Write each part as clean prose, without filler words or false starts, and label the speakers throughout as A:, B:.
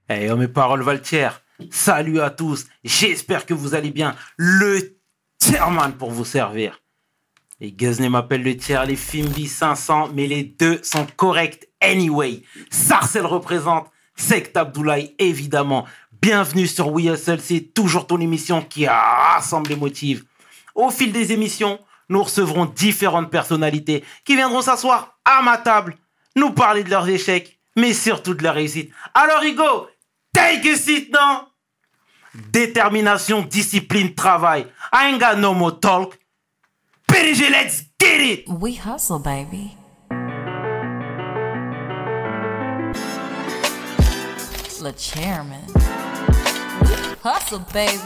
A: Hey, oh, mes paroles Valtier. Salut à tous. J'espère que vous allez bien. Le Tierman pour vous servir. Les Guzney m'appellent le tiers, les Fimbi 500, mais les deux sont corrects anyway. Sarcel représente, Sect Abdoulaye évidemment. Bienvenue sur We Hustle, c'est toujours ton émission qui rassemble les motifs. Au fil des émissions, nous recevrons différentes personnalités qui viendront s'asseoir à ma table, nous parler de leurs échecs, mais surtout de leurs réussites. Alors Hugo, take a seat, non? Détermination, discipline, travail. I ain't got no more talk. PDG, let's get it!
B: We hustle, baby. Le chairman. We hustle, baby.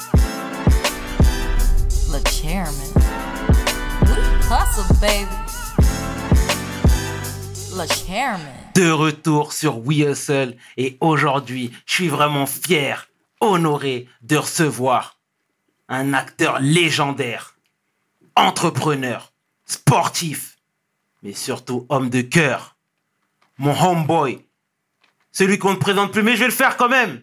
B: Le chairman. We hustle, baby. Le chairman.
A: De retour sur We Hustle et aujourd'hui, je suis vraiment fier, honoré de recevoir un acteur légendaire, entrepreneur, sportif, mais surtout homme de cœur. Mon homeboy, celui qu'on ne présente plus, mais je vais le faire quand même.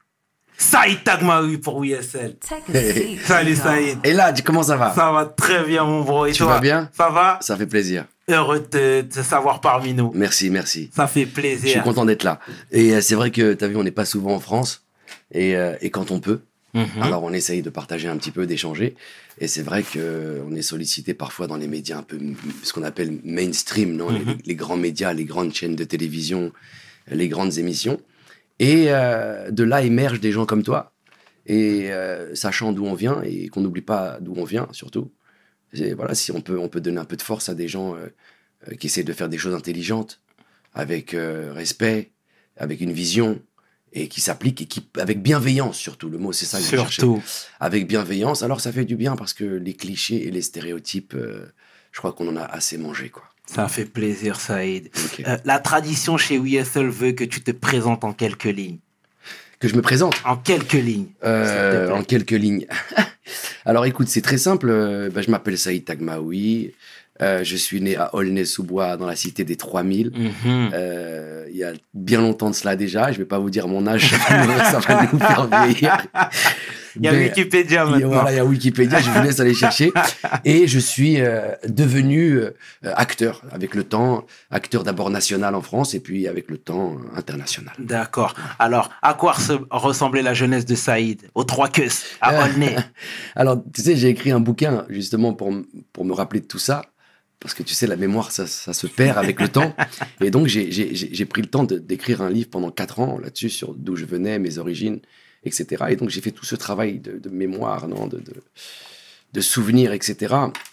A: Saïd Tagmaoui pour We Hustle.
B: Take a seat.
A: Salut Saïd.
C: Et là, comment ça va?
A: Ça va très bien mon bro. Et
C: Tu
A: toi,
C: vas bien?
A: Ça va?
C: Ça fait plaisir.
A: Heureux de te savoir parmi nous.
C: Merci, merci.
A: Ça fait
C: Je suis
A: plaisir.
C: content d'être là. Et c'est vrai que, t'as vu, on n'est pas souvent en France. Et quand on peut, alors on essaye de partager un petit peu, d'échanger. Et c'est vrai qu'on est sollicité parfois dans les médias un peu, ce qu'on appelle mainstream, non? Les grands médias, les grandes chaînes de télévision, les grandes émissions. Et de là émergent des gens comme toi. Et sachant d'où on vient et qu'on n'oublie pas d'où on vient, surtout. Et voilà, si on peut donner un peu de force à des gens qui essaient de faire des choses intelligentes, avec respect, avec une vision, et qui s'appliquent, et qui, avec bienveillance surtout, le mot c'est ça que je cherchais.
A: Surtout.
C: Avec bienveillance, alors ça fait du bien, parce que les clichés et les stéréotypes, je crois qu'on en a assez mangé, quoi.
A: Ça fait plaisir, Saïd.
C: Ok.
A: La tradition chez We Hustle veut que tu te présentes en quelques lignes.
C: Que je me présente
A: En quelques lignes. s'il te plaît.
C: en quelques lignes. Alors écoute, c'est très simple. Je m'appelle Saïd Tagmaoui. Je suis né à Aulnay-sous-Bois, dans la cité des 3000. Il y a bien longtemps de cela déjà. Je vais pas vous dire mon âge, ça va nous faire vieillir.
A: Il y a
C: Mais-
A: Wikipédia maintenant.
C: Voilà, il y a Wikipédia, je vous laisse aller chercher. Et je suis devenu acteur, avec le temps. Acteur d'abord national en France, et puis avec le temps international.
A: D'accord. Alors, à quoi ressemblait la jeunesse de Saïd? Aux trois queues, à Aulnay.
C: Alors, tu sais, j'ai écrit un bouquin, justement, pour me rappeler de tout ça. Parce que tu sais, la mémoire, ça se perd avec le temps. Et donc, j'ai pris le temps d'écrire un livre pendant 4 ans là-dessus, sur d'où je venais, mes origines, etc. Et donc, j'ai fait tout ce travail de mémoire, non, de souvenirs, etc.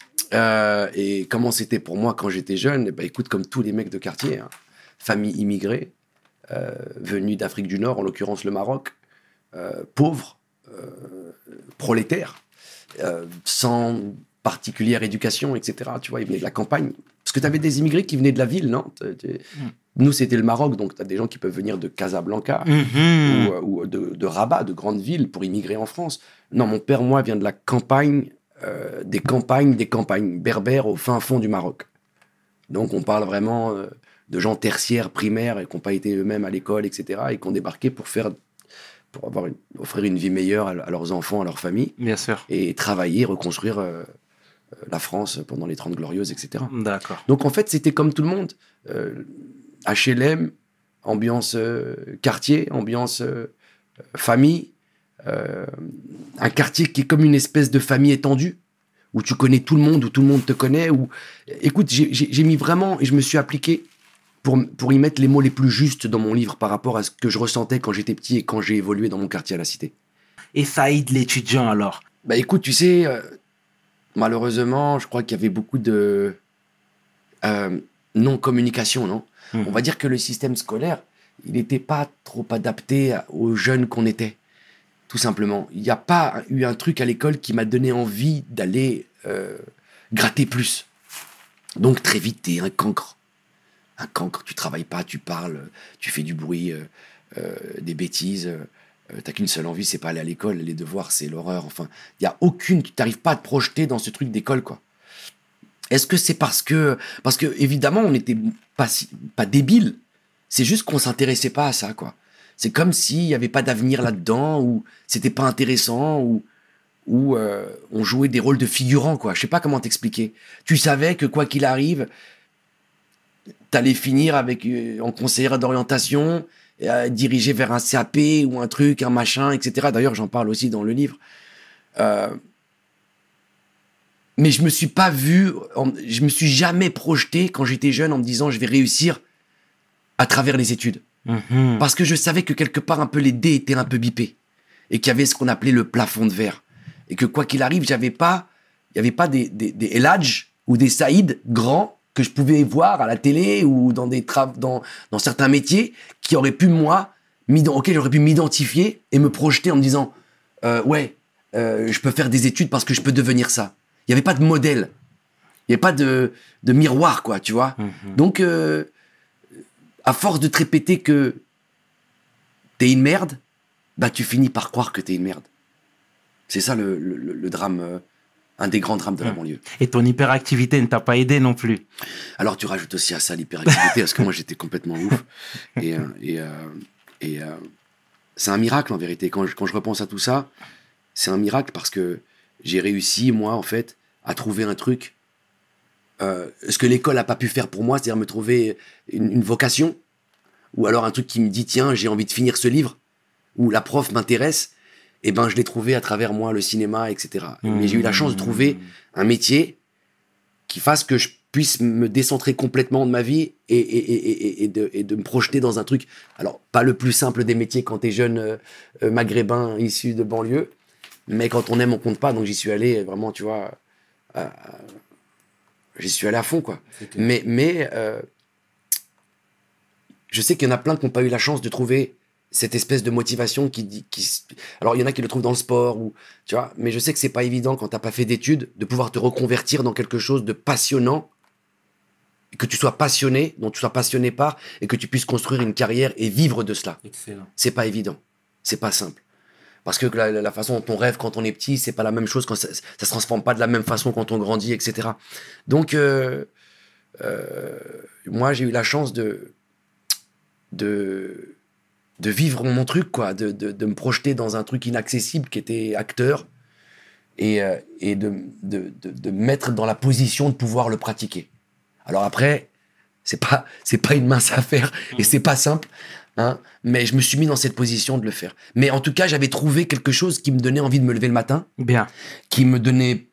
C: Et comment c'était pour moi quand j'étais jeune? Écoute, comme tous les mecs de quartier, hein, famille immigrée, venue d'Afrique du Nord, en l'occurrence le Maroc, pauvre, prolétaire, sans particulière éducation, etc. Tu vois, ils venaient de la campagne. Parce que tu avais des immigrés qui venaient de la ville, non? Nous, c'était le Maroc, donc tu as des gens qui peuvent venir de Casablanca ou de Rabat, de grandes villes, pour immigrer en France. Non, mon père, moi, vient de la campagne, des campagnes berbères au fin fond du Maroc. Donc, on parle vraiment de gens tertiaires, primaires, et qui n'ont pas été eux-mêmes à l'école, etc., et qui ont débarqué pour offrir une vie meilleure à leurs enfants, à leur famille,
A: Bien sûr.
C: et travailler, reconstruire la France pendant les 30 Glorieuses, etc.
A: D'accord.
C: Donc en fait, c'était comme tout le monde. HLM, ambiance quartier, ambiance famille. Un quartier qui est comme une espèce de famille étendue, où tu connais tout le monde, où tout le monde te connaît. Écoute, j'ai mis vraiment, et je me suis appliqué pour y mettre les mots les plus justes dans mon livre par rapport à ce que je ressentais quand j'étais petit et quand j'ai évolué dans mon quartier à la Cité.
A: Et Saïd, l'étudiant, alors?
C: Écoute, tu sais, malheureusement, je crois qu'il y avait beaucoup de non-communication, non? On va dire que le système scolaire, il n'était pas trop adapté aux jeunes qu'on était, tout simplement. Il n'y a pas eu un truc à l'école qui m'a donné envie d'aller gratter plus. Donc très vite, t'es un cancre. Un cancre, tu travailles pas, tu parles, tu fais du bruit, des bêtises. T'as qu'une seule envie, c'est pas aller à l'école. Les devoirs, c'est l'horreur. Enfin, il y a aucune... Tu n'arrives pas à te projeter dans ce truc d'école, quoi. Est-ce que c'est parce que évidemment, on n'était pas débiles. C'est juste qu'on s'intéressait pas à ça, quoi. C'est comme s'il n'y avait pas d'avenir là-dedans, ou c'était pas intéressant, ou on jouait des rôles de figurants, quoi. Je sais pas comment t'expliquer. Tu savais que quoi qu'il arrive, t'allais finir en conseillère d'orientation, dirigé vers un CAP ou un truc, un machin, etc. D'ailleurs, j'en parle aussi dans le livre. Mais je me suis pas je me suis jamais projeté quand j'étais jeune en me disant je vais réussir à travers les études. Parce que je savais que quelque part un peu les dés étaient un peu bipés et qu'il y avait ce qu'on appelait le plafond de verre. Et que quoi qu'il arrive, il n'y avait pas des El Hadj ou des Saïd grands que je pouvais voir à la télé ou dans dans certains métiers qui auraient pu, j'aurais pu m'identifier et me projeter en me disant je peux faire des études parce que je peux devenir ça. Il n'y avait pas de modèle. Il n'y avait pas de miroir, quoi, tu vois. Donc, à force de te répéter que t'es une merde, bah tu finis par croire que t'es une merde. C'est ça le drame, un des grands drames de la banlieue.
A: Et ton hyperactivité ne t'a pas aidé non plus.
C: Alors tu rajoutes aussi à ça l'hyperactivité, parce que moi j'étais complètement ouf. Et c'est un miracle en vérité. Quand je repense à tout ça, c'est un miracle parce que j'ai réussi, moi, en fait, à trouver un truc, ce que l'école n'a pas pu faire pour moi, c'est-à-dire me trouver une vocation, ou alors un truc qui me dit, tiens, j'ai envie de finir ce livre, ou la prof m'intéresse, et ben je l'ai trouvé à travers moi, le cinéma, etc. Mais j'ai eu la chance de trouver un métier qui fasse que je puisse me décentrer complètement de ma vie et de me projeter dans un truc, alors pas le plus simple des métiers quand t'es jeune maghrébin issu de banlieue, mais quand on aime, on compte pas. Donc j'y suis allé vraiment, tu vois, j'y suis allé à fond, quoi. Mais je sais qu'il y en a plein qui n'ont pas eu la chance de trouver cette espèce de motivation alors il y en a qui le trouvent dans le sport, ou tu vois, mais je sais que c'est pas évident quand t'as pas fait d'études de pouvoir te reconvertir dans quelque chose de passionnant, que tu sois passionné, dont tu sois passionné par, et que tu puisses construire une carrière et vivre de cela.
A: Excellent.
C: C'est pas évident, c'est pas simple. Parce que la façon dont on rêve quand on est petit, c'est pas la même chose, quand ça se transforme pas de la même façon quand on grandit, etc. Donc, moi, j'ai eu la chance de vivre mon truc, quoi, de me projeter dans un truc inaccessible qui était acteur et de me mettre dans la position de pouvoir le pratiquer. Alors après, c'est pas une mince affaire et c'est pas simple. Hein, mais je me suis mis dans cette position de le faire. Mais en tout cas, j'avais trouvé quelque chose qui me donnait envie de me lever le matin.
A: Bien.
C: Qui me donnait...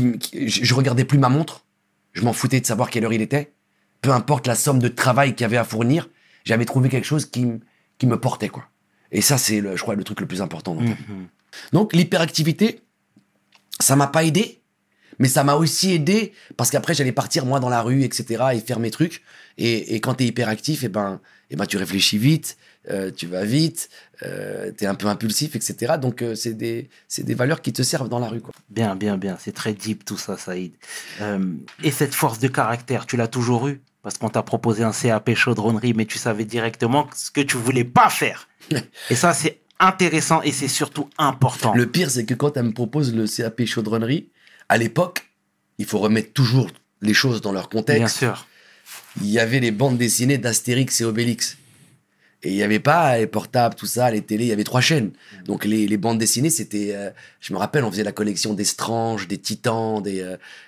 C: je regardais plus ma montre. Je m'en foutais de savoir quelle heure il était. Peu importe la somme de travail qu'il y avait à fournir, j'avais trouvé quelque chose qui me portait, quoi. Et ça, c'est, je crois, le truc le plus important dans ta vie. Donc, l'hyperactivité, ça m'a pas aidé, mais ça m'a aussi aidé parce qu'après, j'allais partir, moi, dans la rue, etc., et faire mes trucs. Et quand t'es hyperactif, tu réfléchis vite, tu vas vite, t'es un peu impulsif, etc. Donc, c'est des valeurs qui te servent dans la rue, quoi.
A: Bien. C'est très deep tout ça, Saïd. Et cette force de caractère, tu l'as toujours eue? Parce qu'on t'a proposé un CAP chaudronnerie, mais tu savais directement ce que tu voulais pas faire. Et ça, c'est intéressant et c'est surtout important.
C: Le pire, c'est que quand elle me propose le CAP chaudronnerie, à l'époque, il faut remettre toujours les choses dans leur contexte.
A: Bien sûr.
C: Il y avait les bandes dessinées d'Astérix et Obélix. Et il n'y avait pas les portables, tout ça, les télés, il y avait 3 chaînes. Donc les bandes dessinées, c'était... je me rappelle, on faisait la collection des Strange, des Titans, des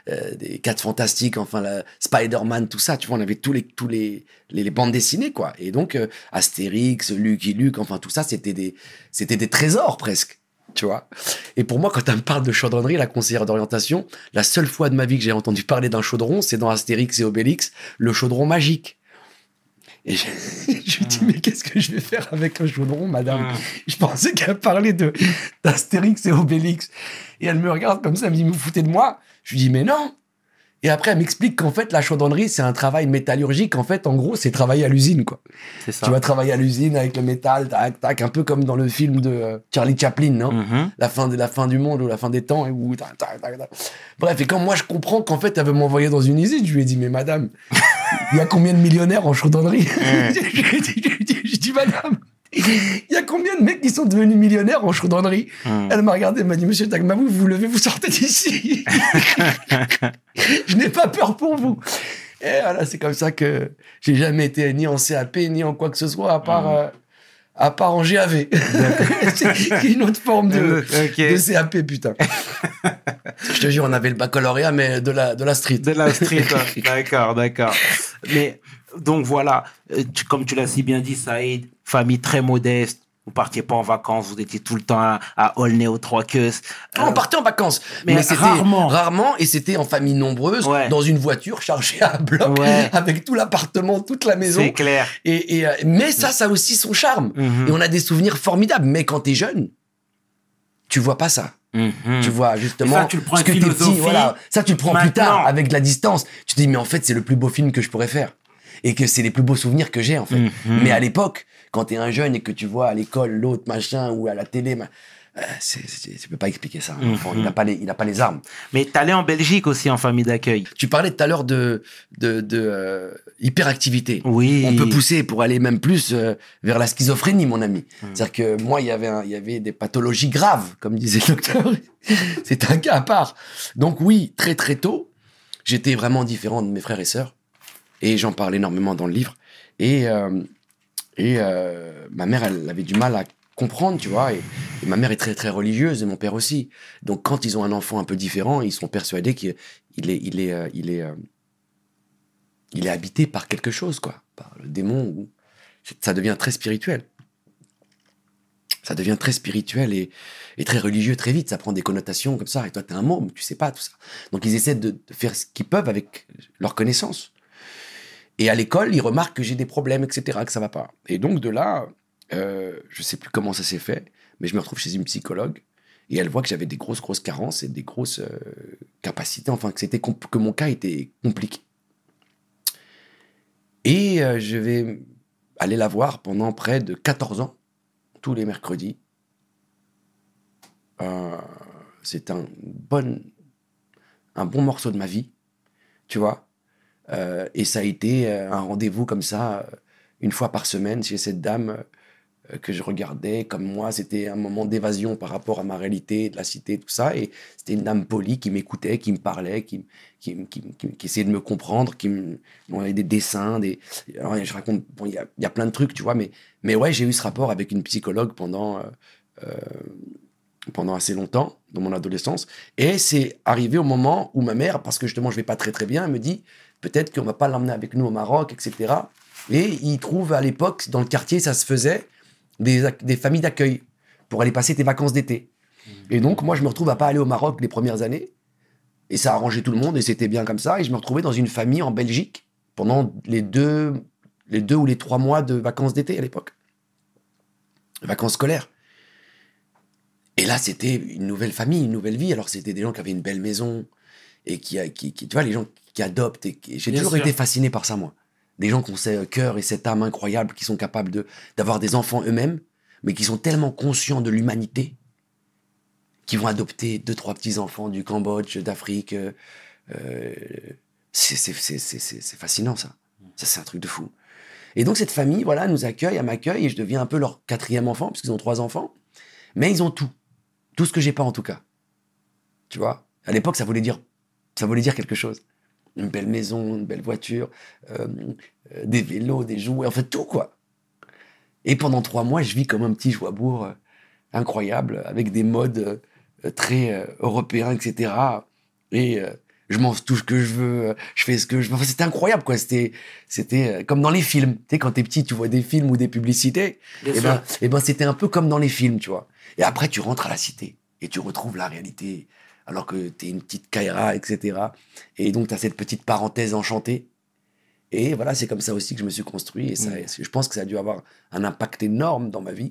C: 4 Fantastiques, enfin, Spider-Man, tout ça. Tu vois, on avait tous les bandes dessinées, quoi. Et donc, Astérix, Lucky Luke, enfin, tout ça, c'était des trésors, presque. Tu vois. Et pour moi, quand elle me parle de chaudronnerie, la conseillère d'orientation, la seule fois de ma vie que j'ai entendu parler d'un chaudron, c'est dans Astérix et Obélix, le chaudron magique. Et je lui dis, mais qu'est-ce que je vais faire avec un chaudron, madame? Je pensais qu'elle parlait d'Astérix et Obélix. Et elle me regarde comme ça, elle me dit, vous foutez de moi? Je lui dis, mais non. Et après, elle m'explique qu'en fait, la chaudronnerie, c'est un travail métallurgique. En fait, en gros, c'est travailler à l'usine, quoi.
A: C'est ça.
C: Tu vas travailler à l'usine avec le métal, tac, tac, un peu comme dans le film de Charlie Chaplin, non? La fin du monde ou la fin des temps. Tac, tac, tac, tac. Bref, et quand moi, je comprends qu'en fait, elle veut m'envoyer dans une usine, je lui ai dit, mais madame, il y a combien de millionnaires en chaudronnerie? Je dis, madame, il y a combien de mecs qui sont devenus millionnaires en chaudronnerie? Elle m'a regardé, elle m'a dit, monsieur Tagmabou, vous vous levez, vous sortez d'ici. Je n'ai pas peur pour vous. Et voilà, c'est comme ça que j'ai jamais été ni en CAP, ni en quoi que ce soit, à à part en GAV. C'est une autre forme de CAP, putain. Je te jure, on avait le baccalauréat, mais de la street.
A: De la street, d'accord. Mais donc voilà, comme tu l'as si bien dit, Saïd, famille très modeste. Vous partiez pas en vacances, vous étiez tout le temps à Aulnay aux Trois Queues.
C: On partait en vacances, mais c'était rarement, et c'était en famille nombreuse, dans une voiture chargée à bloc, avec tout l'appartement, toute la maison.
A: C'est clair.
C: Mais ça a aussi son charme. Et on a des souvenirs formidables. Mais quand t'es jeune, tu vois pas ça. Tu vois justement
A: ça, tu le prends
C: ce que t'es petit, ça tu le prends
A: maintenant.
C: plus tard avec de la distance. Tu te dis mais en fait c'est le plus beau film que je pourrais faire et que c'est les plus beaux souvenirs que j'ai en fait. Mais à l'époque, quand t'es un jeune et que tu vois à l'école l'autre machin ou à la télé, tu peux pas expliquer ça. Un enfant, il a pas les armes.
A: Mais t'allais en Belgique aussi en famille d'accueil.
C: Tu parlais tout à l'heure de hyperactivité.
A: Oui.
C: On peut pousser pour aller même plus vers la schizophrénie, mon ami. C'est-à-dire que moi, il y avait des pathologies graves, comme disait le docteur. C'est un cas à part. Donc oui, très très tôt, j'étais vraiment différent de mes frères et sœurs. Et j'en parle énormément dans le livre. Et ma mère, elle avait du mal à comprendre, tu vois, et ma mère est très très religieuse et mon père aussi. Donc quand ils ont un enfant un peu différent, ils sont persuadés qu'il est habité par quelque chose, quoi, par le démon. Ou ça devient très spirituel. Ça devient très spirituel et très religieux très vite. Ça prend des connotations comme ça. Et toi, t'es un môme, tu sais pas tout ça. Donc ils essaient de faire ce qu'ils peuvent avec leurs connaissances. Et à l'école, ils remarquent que j'ai des problèmes, etc., que ça va pas. Et donc de là, je sais plus comment ça s'est fait, mais je me retrouve chez une psychologue et elle voit que j'avais des grosses carences et des grosses capacités, enfin que mon cas était compliqué. Et je vais aller la voir pendant près de 14 ans, tous les mercredis. C'est un bon morceau de ma vie, tu vois. Et ça a été un rendez-vous comme ça, une fois par semaine chez cette dame que je regardais comme moi. C'était un moment d'évasion par rapport à ma réalité, de la cité, tout ça. Et c'était une dame polie qui m'écoutait, qui me parlait, qui essayait de me comprendre, qui m'envoyait des dessins. Alors, je raconte, bon, il y a plein de trucs, tu vois, mais ouais, j'ai eu ce rapport avec une psychologue pendant assez longtemps, dans mon adolescence. Et c'est arrivé au moment où ma mère, parce que justement je vais pas très très bien, elle me dit peut-être qu'on va pas l'emmener avec nous au Maroc, etc. Et il trouve à l'époque, dans le quartier, ça se faisait, des familles d'accueil pour aller passer tes vacances d'été. Et donc, moi, je me retrouve à pas aller au Maroc les premières années. Et ça a arrangé tout le monde et c'était bien comme ça. Et je me retrouvais dans une famille en Belgique pendant les deux ou les 3 mois de vacances d'été à l'époque. Vacances scolaires. Et là, c'était une nouvelle famille, une nouvelle vie. Alors, c'était des gens qui avaient une belle maison et qui tu vois, les gens qui adoptent. Et j'ai toujours été fasciné par ça, moi. Des gens qui ont ce cœur et cette âme incroyable, qui sont capables d'avoir des enfants eux-mêmes, mais qui sont tellement conscients de l'humanité, qui vont adopter 2-3 petits-enfants du Cambodge, d'Afrique. C'est fascinant, ça. Ça, c'est un truc de fou. Et donc, cette famille, voilà, nous accueille, elle m'accueille, et je deviens un peu leur 4e enfant, parce qu'ils ont 3 enfants. Mais ils ont tout. Tout ce que j'ai pas, en tout cas. Tu vois, à l'époque, ça voulait dire quelque chose. Une belle maison, une belle voiture, des vélos, des jouets, en fait, tout, quoi. Et pendant 3 mois, je vis comme un petit jouabourg incroyable, avec des modes très européens, etc. Et je mange tout ce que je veux, je fais ce que je veux. Enfin, c'était incroyable, quoi. C'était comme dans les films. Tu sais, quand t'es petit, tu vois des films ou des publicités. Et ben, c'était un peu comme dans les films, tu vois. Et après, tu rentres à la cité et tu retrouves la réalité, alors que t'es une petite Kaira, etc. Et donc, t'as cette petite parenthèse enchantée. Et voilà, c'est comme ça aussi que je me suis construit. Et ça, je pense que ça a dû avoir un impact énorme dans ma vie,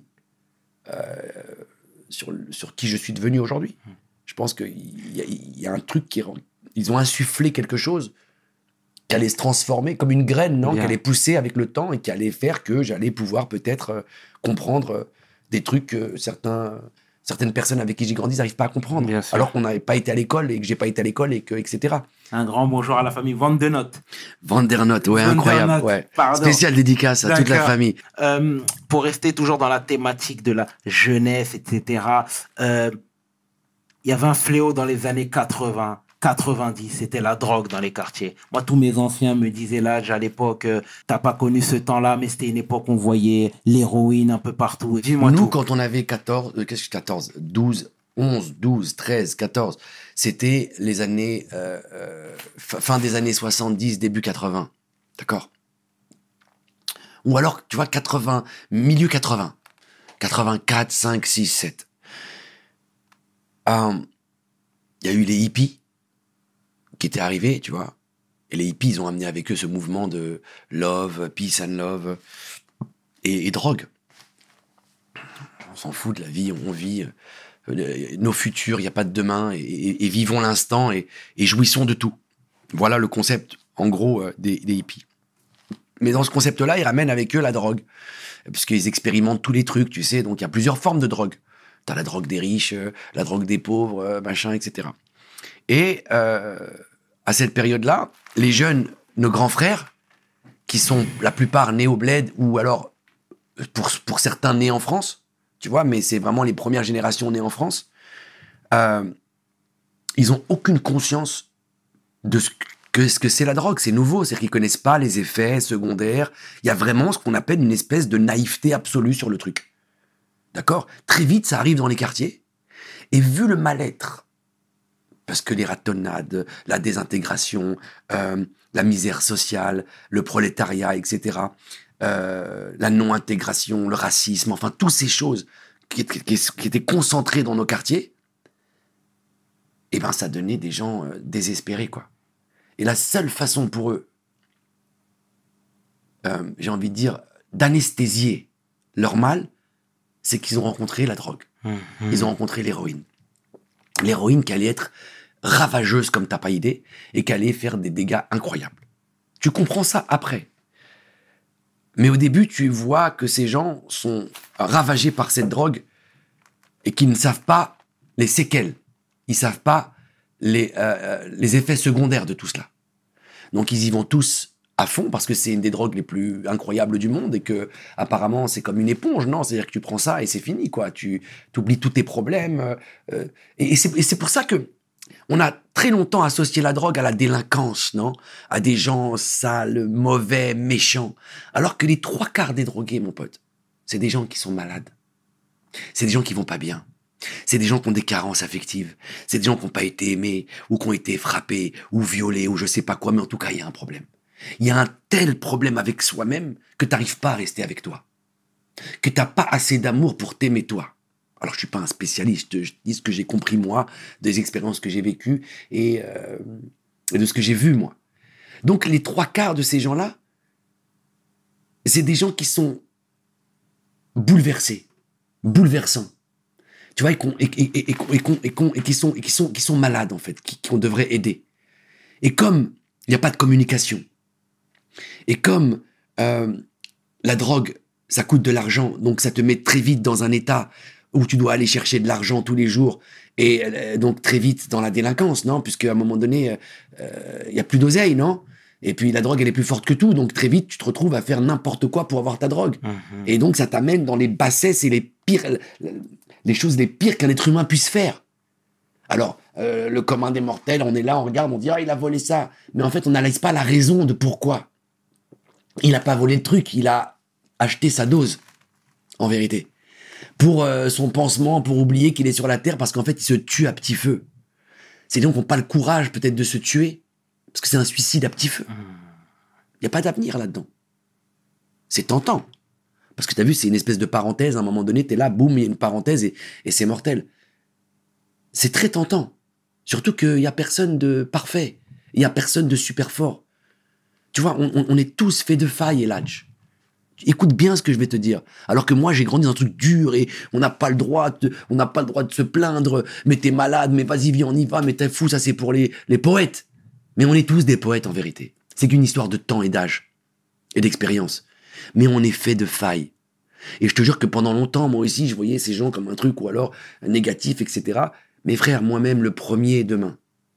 C: sur qui je suis devenu aujourd'hui. Je pense qu'il y a un truc ils ont insufflé quelque chose qui allait se transformer comme une graine, non, qui allait pousser avec le temps et qui allait faire que j'allais pouvoir peut-être comprendre des trucs que certaines personnes avec qui j'ai grandi n'arrivent pas à comprendre. Alors qu'on n'avait pas été à l'école et que j'ai pas été à l'école et que, etc.
A: Un grand bonjour à la famille Vandernot.
C: Vandernot, ouais, incroyable. Ouais. Spécial dédicace à toute la famille.
A: Pour rester toujours dans la thématique de la jeunesse, etc., il y avait un fléau dans les années 80, 90, c'était la drogue dans les quartiers. Moi, tous mes anciens me disaient l'âge à l'époque, t'as pas connu ce temps-là, mais c'était une époque où on voyait l'héroïne un peu partout. Dis-moi
C: Nous,
A: tout.
C: quand on avait 12, 11, 12, 13, 14, c'était les années, fin des années 70, début 80. D'accord? Ou alors, tu vois, 80, milieu 80. 84, 5, 6, 7. Il y a eu les hippies qui étaient arrivés, tu vois. Et les hippies, ils ont amené avec eux ce mouvement de love, peace and love et drogue. On s'en fout de la vie, on vit nos futurs, il n'y a pas de demain, et vivons l'instant et jouissons de tout. Voilà le concept, en gros, des hippies. Mais dans ce concept-là, ils ramènent avec eux la drogue. Puisqu'ils expérimentent tous les trucs, tu sais. Donc, il y a plusieurs formes de drogue. T'as la drogue des riches, la drogue des pauvres, machin, etc. Et à cette période-là, les jeunes, nos grands frères, qui sont la plupart nés au bled, ou alors, pour certains, nés en France, tu vois, mais c'est vraiment les premières générations nées en France, ils n'ont aucune conscience de ce que c'est la drogue. C'est nouveau, c'est-à-dire qu'ils connaissent pas les effets secondaires. Il y a vraiment ce qu'on appelle une espèce de naïveté absolue sur le truc. D'accord? Très vite, ça arrive dans les quartiers. Et vu le mal-être, parce que les ratonnades, la désintégration, la misère sociale, le prolétariat, etc., la non-intégration, le racisme, enfin, toutes ces choses qui étaient concentrées dans nos quartiers, eh ben, ça donnait des gens désespérés, quoi. Et la seule façon pour eux, j'ai envie de dire, d'anesthésier leur mal, c'est qu'ils ont rencontré la drogue. Ils ont rencontré l'héroïne. L'héroïne qui allait être ravageuse comme t'as pas idée et qui allait faire des dégâts incroyables. Tu comprends ça après. Mais au début, tu vois que ces gens sont ravagés par cette drogue et qu'ils ne savent pas les séquelles. Ils savent pas les effets secondaires de tout cela. Donc ils y vont tous à fond parce que c'est une des drogues les plus incroyables du monde et que apparemment c'est comme une éponge, non? C'est-à-dire que tu prends ça et c'est fini, quoi. Tu oublies tous tes problèmes. Et c'est pour ça que on a très longtemps associé la drogue à la délinquance, non? À des gens sales, mauvais, méchants. Alors que les 3/4 des drogués, mon pote, c'est des gens qui sont malades. C'est des gens qui vont pas bien. C'est des gens qui ont des carences affectives. C'est des gens qui n'ont pas été aimés, ou qui ont été frappés, ou violés, ou je sais pas quoi, mais en tout cas, il y a un problème. Il y a un tel problème avec soi-même que tu n'arrives pas à rester avec toi. Que tu n'as pas assez d'amour pour t'aimer toi. Alors, je suis pas un spécialiste, je dis ce que j'ai compris moi, des expériences que j'ai vécues et de ce que j'ai vu moi. Donc, les 3/4 de ces gens-là, c'est des gens qui sont bouleversés, bouleversants. Tu vois, qui sont malades, en fait, qu'on devrait aider. Et comme il n'y a pas de communication, et comme la drogue, ça coûte de l'argent, donc ça te met très vite dans un état où tu dois aller chercher de l'argent tous les jours, et donc très vite dans la délinquance, non? Puisqu'à un moment donné, il n'y a plus d'oseille, non? Et puis la drogue, elle est plus forte que tout, donc très vite, tu te retrouves à faire n'importe quoi pour avoir ta drogue. Et donc ça t'amène dans les bassesses et les choses les pires qu'un être humain puisse faire. Alors, le commun des mortels, on est là, on regarde, on dit « Ah, il a volé ça ». Mais en fait, on n'analyse pas la raison de pourquoi. Il n'a pas volé le truc, il a acheté sa dose, en vérité. Pour son pansement, pour oublier qu'il est sur la terre, parce qu'en fait, il se tue à petit feu. C'est des gens qui n'ont pas le courage, peut-être, de se tuer, parce que c'est un suicide à petit feu. Il n'y a pas d'avenir là-dedans. C'est tentant. Parce que tu as vu, c'est une espèce de parenthèse, à un moment donné, tu es là, boum, il y a une parenthèse et c'est mortel. C'est très tentant. Surtout qu'il n'y a personne de parfait. Il n'y a personne de super fort. Tu vois, on est tous faits de failles, Eladj. Écoute bien ce que je vais te dire. Alors que moi, j'ai grandi dans un truc dur et on n'a pas le droit de se plaindre. Mais t'es malade, mais vas-y, viens, on y va, mais t'es fou, ça c'est pour les poètes. Mais on est tous des poètes en vérité. C'est qu'une histoire de temps et d'âge et d'expérience. Mais on est fait de failles. Et je te jure que pendant longtemps, moi aussi, je voyais ces gens comme un truc ou alors négatif, etc. Mes frères, moi-même, le premier demain,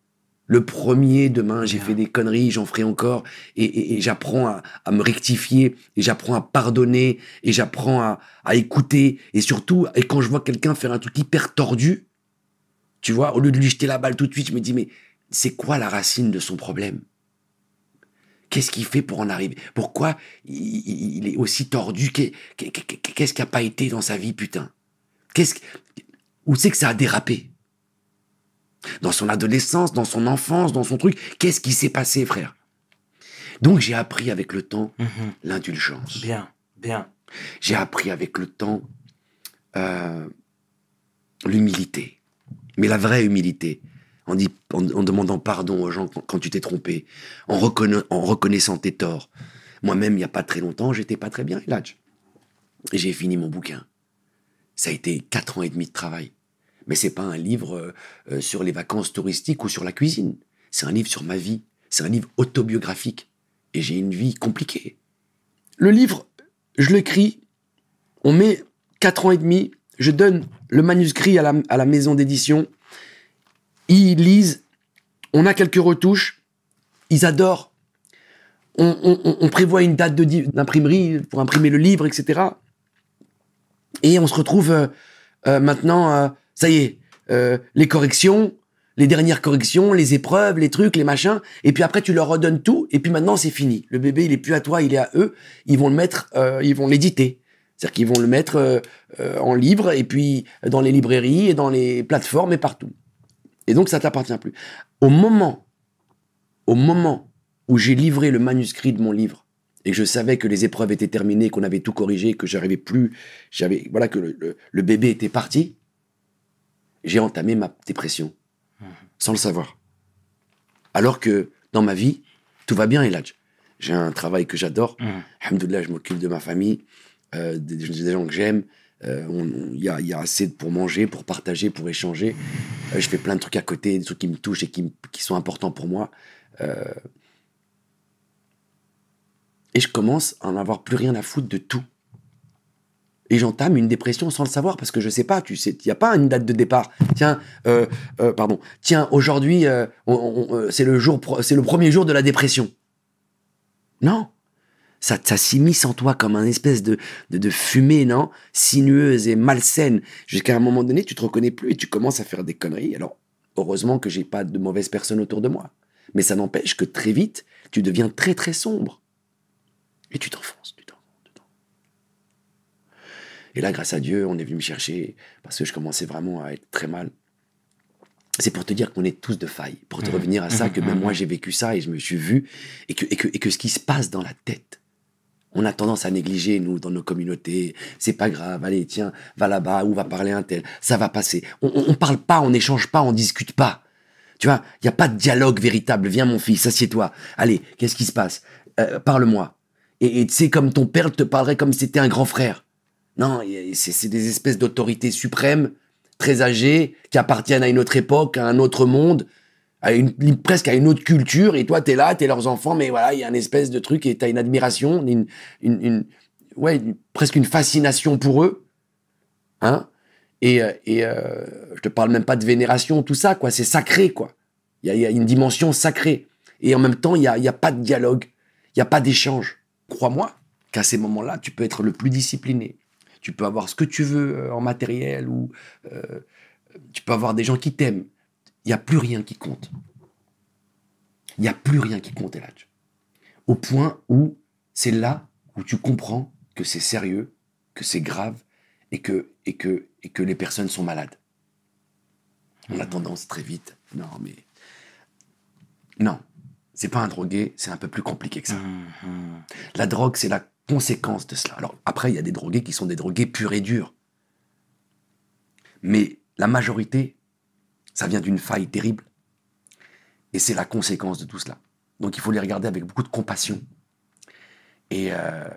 C: j'ai fait des conneries, j'en ferai encore, et j'apprends à me rectifier, et j'apprends à pardonner, et j'apprends à écouter, et surtout, et quand je vois quelqu'un faire un truc hyper tordu, tu vois, au lieu de lui jeter la balle tout de suite, je me dis, mais c'est quoi la racine de son problème? Qu'est-ce qu'il fait pour en arriver? Pourquoi il est aussi tordu? Qu'est-ce qui n'a pas été dans sa vie, putain? Où c'est que ça a dérapé? Dans son adolescence, dans son enfance, dans son truc, qu'est-ce qui s'est passé, frère? Donc j'ai appris avec le temps l'indulgence.
A: Bien.
C: J'ai appris avec le temps l'humilité. Mais la vraie humilité. En demandant pardon aux gens quand tu t'es trompé, en reconnaissant tes torts. Moi-même, il n'y a pas très longtemps, j'étais pas très bien, Eladj. Et j'ai fini mon bouquin. Ça a été 4 ans et demi de travail. Mais c'est pas un livre sur les vacances touristiques ou sur la cuisine. C'est un livre sur ma vie. C'est un livre autobiographique. Et j'ai une vie compliquée. Le livre, je l'écris, on met 4 ans et demi, je donne le manuscrit à la maison d'édition. Ils lisent, on a quelques retouches, ils adorent. On prévoit une date d'imprimerie pour imprimer le livre, etc. Et on se retrouve maintenant, ça y est, les corrections, les dernières corrections, les épreuves, les trucs, les machins. Et puis après, tu leur redonnes tout. Et puis maintenant, c'est fini. Le bébé, il est plus à toi, il est à eux. Ils vont le mettre, ils vont l'éditer. C'est-à-dire qu'ils vont le mettre en livre et puis dans les librairies et dans les plateformes et partout. Et donc, ça t'appartient plus. Au moment où j'ai livré le manuscrit de mon livre et que je savais que les épreuves étaient terminées, qu'on avait tout corrigé, que j'arrivais plus, voilà, que le bébé était parti, j'ai entamé ma dépression, sans le savoir. Alors que dans ma vie, tout va bien, Eladj. J'ai un travail que j'adore. Alhamdoulilah, je m'occupe de ma famille, des gens que j'aime. Il y a assez pour manger, pour partager, pour échanger. Je fais plein de trucs à côté, des trucs qui me touchent et qui sont importants pour moi. Et je commence à en avoir plus rien à foutre de tout. Et j'entame une dépression sans le savoir, parce que je sais pas, tu sais, il n'y a pas une date de départ. Tiens, aujourd'hui, c'est le premier jour de la dépression. Non. Ça s'immisce en toi comme un espèce de fumée, non, sinueuse et malsaine, jusqu'à un moment donné, tu te reconnais plus et tu commences à faire des conneries. Alors, heureusement que j'ai pas de mauvaises personnes autour de moi. Mais ça n'empêche que très vite, tu deviens très très sombre. Et tu t'enfonces. Et là, grâce à Dieu, on est venu me chercher parce que je commençais vraiment à être très mal. C'est pour te dire qu'on est tous de faille. Pour te revenir à ça, que même moi, j'ai vécu ça et je me suis vu. Et que ce qui se passe dans la tête, on a tendance à négliger, nous, dans nos communautés. C'est pas grave, allez, tiens, va là-bas, ou va parler un tel. Ça va passer. On parle pas, on n'échange pas, on discute pas. Tu vois, il n'y a pas de dialogue véritable. Viens, mon fils, assieds-toi. Allez, qu'est-ce qui se passe? Parle-moi. Et tu sais, comme ton père te parlerait comme si c'était un grand frère. Non, c'est des espèces d'autorités suprêmes, très âgées, qui appartiennent à une autre époque, à un autre monde, presque à une autre culture, et toi, t'es là, t'es leurs enfants, mais voilà, il y a une espèce de truc, et t'as une admiration, presque une fascination pour eux, hein, je te parle même pas de vénération, tout ça, quoi, c'est sacré, quoi. Il y a une dimension sacrée, et en même temps, il y a pas de dialogue, il y a pas d'échange. Crois-moi qu'à ces moments-là, tu peux être le plus discipliné, tu peux avoir ce que tu veux en matériel, ou tu peux avoir des gens qui t'aiment. Il n'y a plus rien qui compte. Il n'y a plus rien qui compte, Eladj. Au point où c'est là où tu comprends que c'est sérieux, que c'est grave et que les personnes sont malades. On a tendance très vite. Non, c'est pas un drogué, c'est un peu plus compliqué que ça. La drogue, c'est la conséquence de cela. Alors après, il y a des drogués qui sont des drogués purs et durs. Mais la majorité, ça vient d'une faille terrible. Et c'est la conséquence de tout cela. Donc il faut les regarder avec beaucoup de compassion. Et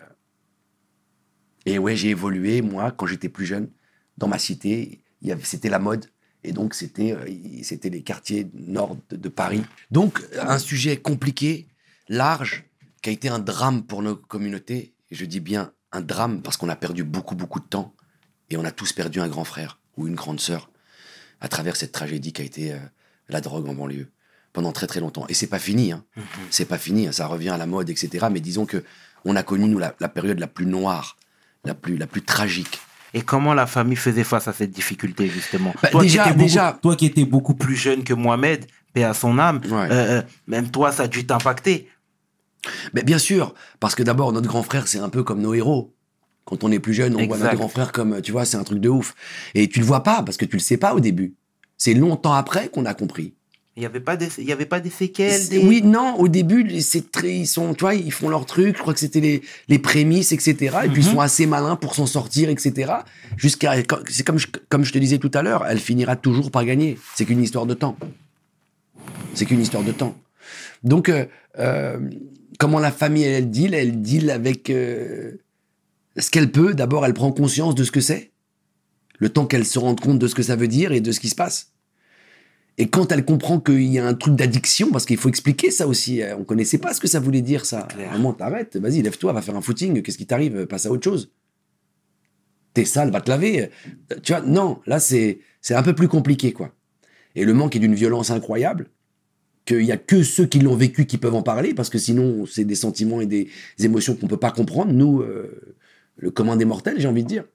C: ouais, j'ai évolué, moi, quand j'étais plus jeune, dans ma cité, c'était la mode. Et donc c'était les quartiers nord de Paris. Donc un sujet compliqué, large, qui a été un drame pour nos communautés. Et je dis bien un drame parce qu'on a perdu beaucoup, beaucoup de temps. Et on a tous perdu un grand frère ou une grande sœur à travers cette tragédie qui a été la drogue en banlieue, pendant très très longtemps. Et c'est pas fini, hein. C'est pas fini, hein. Ça revient à la mode, etc. Mais disons que on a connu, nous, la période la plus noire, la plus tragique.
A: Et comment la famille faisait face à cette difficulté, justement?
C: Bah,
A: toi
C: déjà...
A: qui étais beaucoup plus jeune que Mohamed, paix à son âme.
C: Ouais.
A: Même toi, ça a dû t'impacter.
C: Mais bien sûr, parce que d'abord, notre grand frère, c'est un peu comme nos héros. Quand on est plus jeune, on voit
A: Exact.
C: notre grand frère comme, tu vois, c'est un truc de ouf. Et tu le vois pas, parce que tu le sais pas au début. C'est longtemps après qu'on a compris.
A: Il y avait pas des séquelles.
C: Oui, non, au début, ils sont, tu vois, ils font leur truc. Je crois que c'était les prémices, etc. Et puis ils sont assez malins pour s'en sortir, etc. C'est comme je te disais tout à l'heure, elle finira toujours par gagner. C'est qu'une histoire de temps. Donc, comment la famille, elle deal avec ce qu'elle peut. D'abord, elle prend conscience de ce que c'est. Le temps qu'elle se rende compte de ce que ça veut dire et de ce qui se passe. Et quand elle comprend qu'il y a un truc d'addiction, parce qu'il faut expliquer ça aussi, on connaissait pas ce que ça voulait dire, ça. Maman, t'arrêtes, vas-y, lève-toi, va faire un footing, qu'est-ce qui t'arrive, passe à autre chose. T'es sale, va te laver. Tu vois, non, là, c'est un peu plus compliqué, quoi. Et le manque est d'une violence incroyable, qu'il y a que ceux qui l'ont vécu qui peuvent en parler, parce que sinon, c'est des sentiments et des émotions qu'on peut pas comprendre, nous, le commun des mortels, j'ai envie de dire.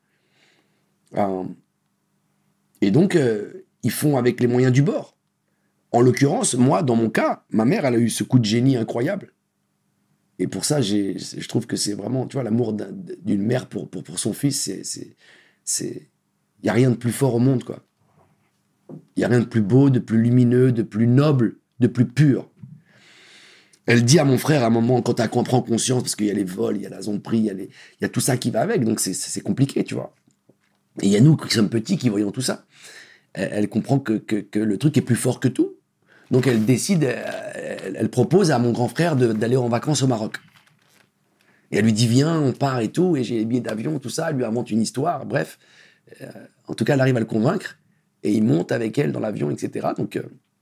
C: Et donc, ils font avec les moyens du bord. En l'occurrence, moi, dans mon cas, ma mère, elle a eu ce coup de génie incroyable. Et pour ça, je trouve que c'est vraiment, tu vois, l'amour d'une mère pour son fils, il n'y a rien de plus fort au monde, quoi. Il n'y a rien de plus beau, de plus lumineux, de plus noble, de plus pur. Elle dit à mon frère à un moment, quand elle prend conscience, parce qu'il y a les vols, il y a la zombie, il y a tout ça qui va avec, donc c'est compliqué, tu vois. Et il y a nous qui sommes petits, qui voyons tout ça. Elle comprend que le truc est plus fort que tout. Donc elle décide, elle propose à mon grand frère d'aller en vacances au Maroc. Et elle lui dit, viens, on part et tout, et j'ai les billets d'avion, tout ça, elle lui invente une histoire, bref. En tout cas, elle arrive à le convaincre, et il monte avec elle dans l'avion, etc. Donc,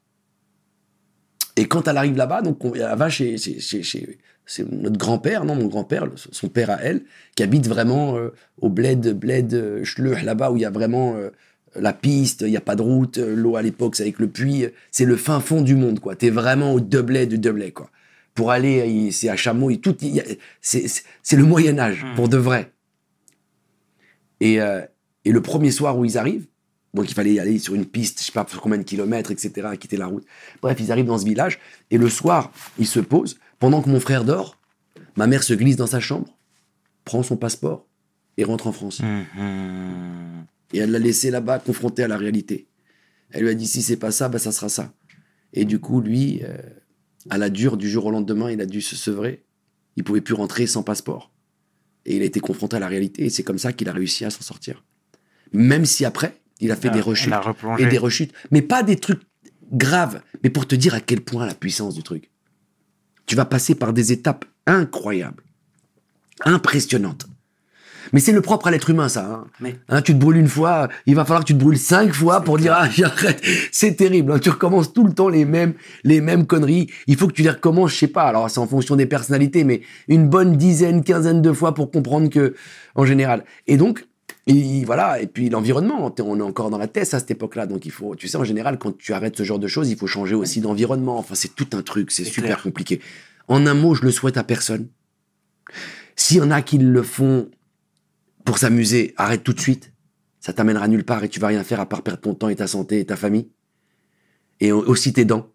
C: et quand elle arrive là-bas, donc elle va chez c'est notre grand-père, non, mon grand-père, son père à elle, qui habite vraiment au bled Schleuch, là-bas, où il y a vraiment... la piste, il n'y a pas de route, l'eau à l'époque, c'est avec le puits, c'est le fin fond du monde, quoi. T'es vraiment au Deblay du Deblay, quoi. Pour aller, c'est à Chameau, c'est le Moyen-Âge, pour de vrai. Et le premier soir où ils arrivent, donc il fallait y aller sur une piste, je sais pas combien de kilomètres, etc., quitter la route. Bref, ils arrivent dans ce village, et le soir, ils se posent. Pendant que mon frère dort, ma mère se glisse dans sa chambre, prend son passeport, et rentre en France. Et elle l'a laissé là-bas, confronté à la réalité. Elle lui a dit, si c'est pas ça, bah ça sera ça. Et du coup, lui, à la dure, du jour au lendemain, il a dû se sevrer. Il pouvait plus rentrer sans passeport. Et il a été confronté à la réalité. Et c'est comme ça qu'il a réussi à s'en sortir. Même si après, il a fait des rechutes. Et des rechutes. Mais pas des trucs graves. Mais pour te dire à quel point la puissance du truc. Tu vas passer par des étapes incroyables. Impressionnantes. Mais c'est le propre à l'être humain, ça. Tu te brûles une fois, il va falloir que tu te brûles 5 fois pour dire « Ah, j'arrête ». C'est terrible. Tu recommences tout le temps les mêmes conneries. Il faut que tu les recommences, je sais pas. Alors, c'est en fonction des personnalités, mais une bonne dizaine, quinzaine de fois pour comprendre que, en général. Et donc, voilà. Et puis, l'environnement. On est encore dans la tête à cette époque-là. Donc, il faut, tu sais, en général, quand tu arrêtes ce genre de choses, il faut changer aussi d'environnement. Enfin, c'est tout un truc. C'est super compliqué. En un mot, je le souhaite à personne. S'il y en a qui le font pour s'amuser, arrête tout de suite. Ça t'amènera nulle part et tu vas rien faire à part perdre ton temps et ta santé et ta famille. Et aussi tes dents.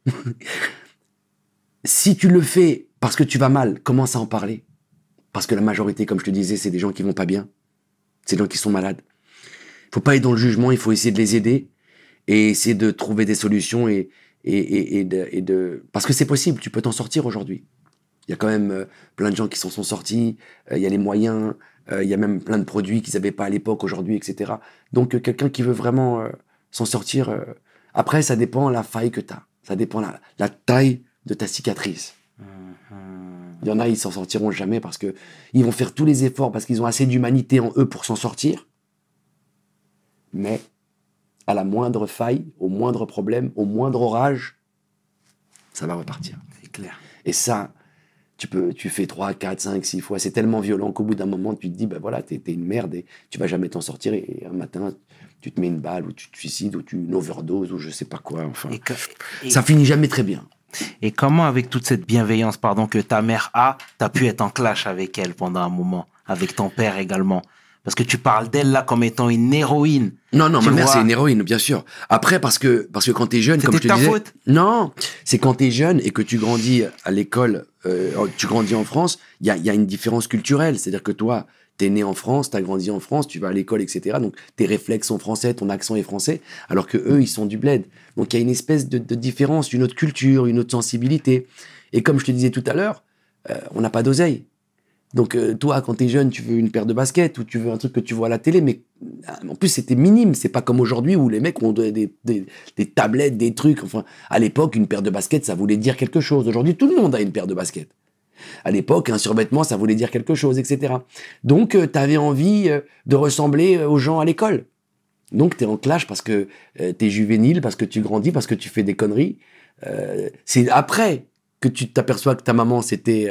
C: Si tu le fais parce que tu vas mal, commence à en parler. Parce que la majorité, comme je te disais, c'est des gens qui vont pas bien. C'est des gens qui sont malades. Faut pas être dans le jugement, il faut essayer de les aider et essayer de trouver des solutions et parce que c'est possible, tu peux t'en sortir aujourd'hui. Il y a quand même plein de gens qui s'en sont sortis, il y a les moyens, il y a même plein de produits qu'ils n'avaient pas à l'époque, aujourd'hui, etc. Donc, quelqu'un qui veut vraiment s'en sortir, après, ça dépend la faille que tu as. Ça dépend la taille de ta cicatrice. Il y en a, ils s'en sortiront jamais parce que ils vont faire tous les efforts, parce qu'ils ont assez d'humanité en eux pour s'en sortir. Mais à la moindre faille, au moindre problème, au moindre orage, ça va repartir.
A: C'est clair.
C: Et ça... Tu fais 3, 4, 5, 6 fois. C'est tellement violent qu'au bout d'un moment, tu te dis, ben voilà, t'es une merde et tu vas jamais t'en sortir. Et un matin, tu te mets une balle ou tu te suicides ou tu une overdose ou je sais pas quoi. Enfin, ça finit jamais très bien.
A: Et comment, avec toute cette bienveillance, que ta mère a, t'as pu être en clash avec elle pendant un moment, avec ton père également? Parce que tu parles d'elle là comme étant une héroïne.
C: Non,
A: Tu
C: ma mère,
A: vois.
C: c'est une héroïne, bien sûr. Après, parce que quand t'es jeune, comme je
A: C'était
C: te
A: ta
C: disais...
A: faute.
C: Non, c'est quand t'es jeune et que tu grandis à l'école, tu grandis en France, il y a une différence culturelle. C'est-à-dire que toi, t'es né en France, t'as grandi en France, tu vas à l'école, etc. Donc, tes réflexes sont français, ton accent est français, alors que eux, ils sont du bled. Donc, il y a une espèce de différence, une autre culture, une autre sensibilité. Et comme je te disais tout à l'heure, on n'a pas d'oseille. Donc, toi, quand t'es jeune, tu veux une paire de baskets ou tu veux un truc que tu vois à la télé, mais en plus, c'était minime. C'est pas comme aujourd'hui où les mecs ont des tablettes, des trucs. Enfin, à l'époque, une paire de baskets, ça voulait dire quelque chose. Aujourd'hui, tout le monde a une paire de baskets. À l'époque, un survêtement, ça voulait dire quelque chose, etc. Donc, t'avais envie de ressembler aux gens à l'école. Donc, t'es en clash parce que t'es juvénile, parce que tu grandis, parce que tu fais des conneries. C'est après que tu t'aperçois que ta maman, c'était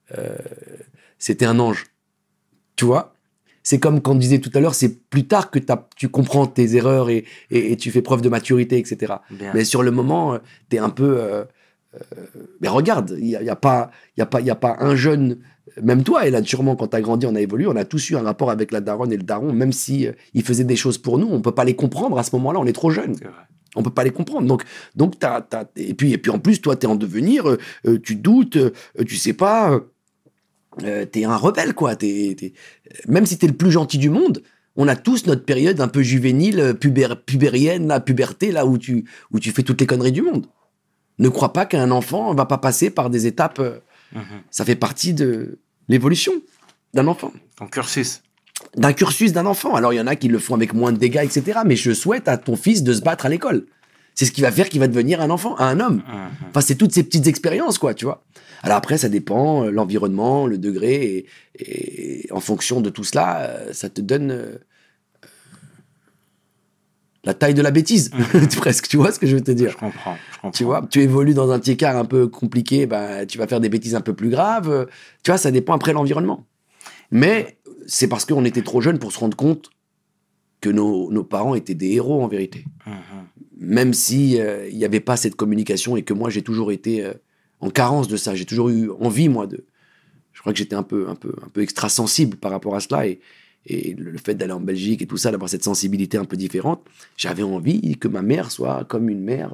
C: un ange. Tu vois? C'est comme quand on disait tout à l'heure, c'est plus tard que tu comprends tes erreurs et tu fais preuve de maturité, etc.
A: Bien.
C: Mais sur le moment, t'es un peu... mais regarde, il y a pas un jeune... Même toi, et là, sûrement, quand t'as grandi, on a évolué, on a tous eu un rapport avec la daronne et le daron, même si ils faisaient des choses pour nous, on peut pas les comprendre à ce moment-là, on est trop jeune.
A: C'est vrai.
C: On peut pas les comprendre. Donc et puis en plus, toi, t'es en devenir, tu doutes, tu sais pas... t'es un rebelle, quoi. Même si t'es le plus gentil du monde, on a tous notre période un peu juvénile, pubérienne, la puberté, là où tu fais toutes les conneries du monde. Ne crois pas qu'un enfant va pas passer par des étapes. Ça fait partie de l'évolution d'un enfant,
A: Ton cursus.
C: d'un cursus d'un enfant. Alors il y en a qui le font avec moins de dégâts, etc. Mais je souhaite à ton fils de se battre à l'école. C'est ce qui va faire qu'il va devenir un enfant, un homme. Enfin, c'est toutes ces petites expériences, quoi, tu vois. Alors après, ça dépend, l'environnement, le degré, et en fonction de tout cela, ça te donne la taille de la bêtise, presque, tu vois ce que je veux te dire.
A: Je comprends.
C: Tu vois, tu évolues dans un petit quart un peu compliqué, bah, tu vas faire des bêtises un peu plus graves. Tu vois, ça dépend après l'environnement. Mais c'est parce qu'on était trop jeunes pour se rendre compte que nos parents étaient des héros, en vérité. Même si il n'y avait pas cette communication et que moi, j'ai toujours été en carence de ça. J'ai toujours eu envie, moi, je crois que j'étais un peu extra-sensible par rapport à cela. Et le fait d'aller en Belgique et tout ça, d'avoir cette sensibilité un peu différente, j'avais envie que ma mère soit comme une mère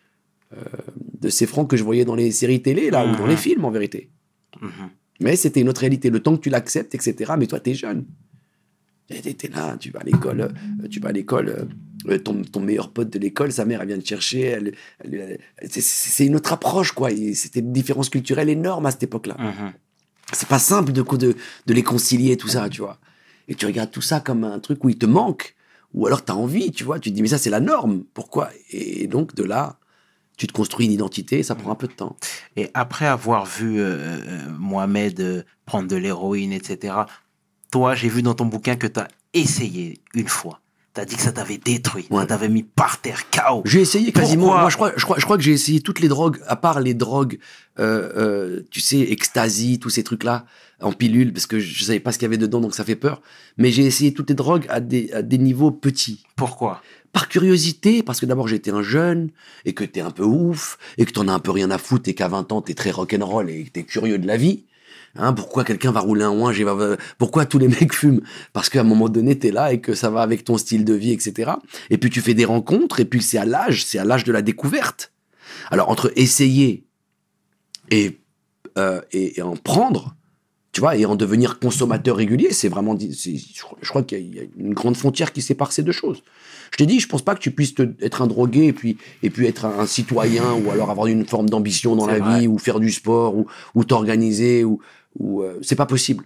C: de ces francs que je voyais dans les séries télé, là, ou dans les films, en vérité. Mais c'était une autre réalité. Le temps que tu l'acceptes, etc. Mais toi, t'es jeune. T'es là, tu vas à l'école, ton meilleur pote de l'école, sa mère, elle vient te chercher. C'est une autre approche, quoi. Et c'était une différence culturelle énorme à cette époque-là. C'est pas simple de les concilier, tout ça, tu vois. Et tu regardes tout ça comme un truc où il te manque, ou alors t'as envie, tu vois. Tu te dis, mais ça, c'est la norme. Pourquoi? Et donc, de là, tu te construis une identité, et ça prend un peu de temps.
A: Et après avoir vu Mohamed prendre de l'héroïne, etc., toi, j'ai vu dans ton bouquin que tu as essayé une fois. Tu as dit que ça t'avait détruit,
C: Ouais.
A: ça t'avait mis par terre, KO.
C: J'ai essayé quasiment.
A: Pourquoi?
C: Moi, je crois que j'ai essayé toutes les drogues, à part les drogues, tu sais, ecstasy, tous ces trucs-là, en pilule, parce que je savais pas ce qu'il y avait dedans, donc ça fait peur. Mais j'ai essayé toutes les drogues à des niveaux petits.
A: Pourquoi?
C: Par curiosité, parce que d'abord j'étais un jeune, et que t'es un peu ouf, et que t'en as un peu rien à foutre, et qu'à 20 ans t'es très rock'n'roll, et que t'es curieux de la vie. Hein, pourquoi quelqu'un va rouler un ouin, pourquoi tous les mecs fument? Parce qu'à un moment donné, t'es là et que ça va avec ton style de vie, etc. Et puis tu fais des rencontres, et puis c'est à l'âge de la découverte. Alors, entre essayer et en prendre, tu vois, et en devenir consommateur régulier, c'est vraiment... je crois qu'il y a une grande frontière qui sépare ces deux choses. Je t'ai dit, je pense pas que tu puisses être un drogué et puis être un citoyen, ou alors avoir une forme d'ambition dans la vie, ou faire du sport, ou t'organiser, ou c'est pas possible.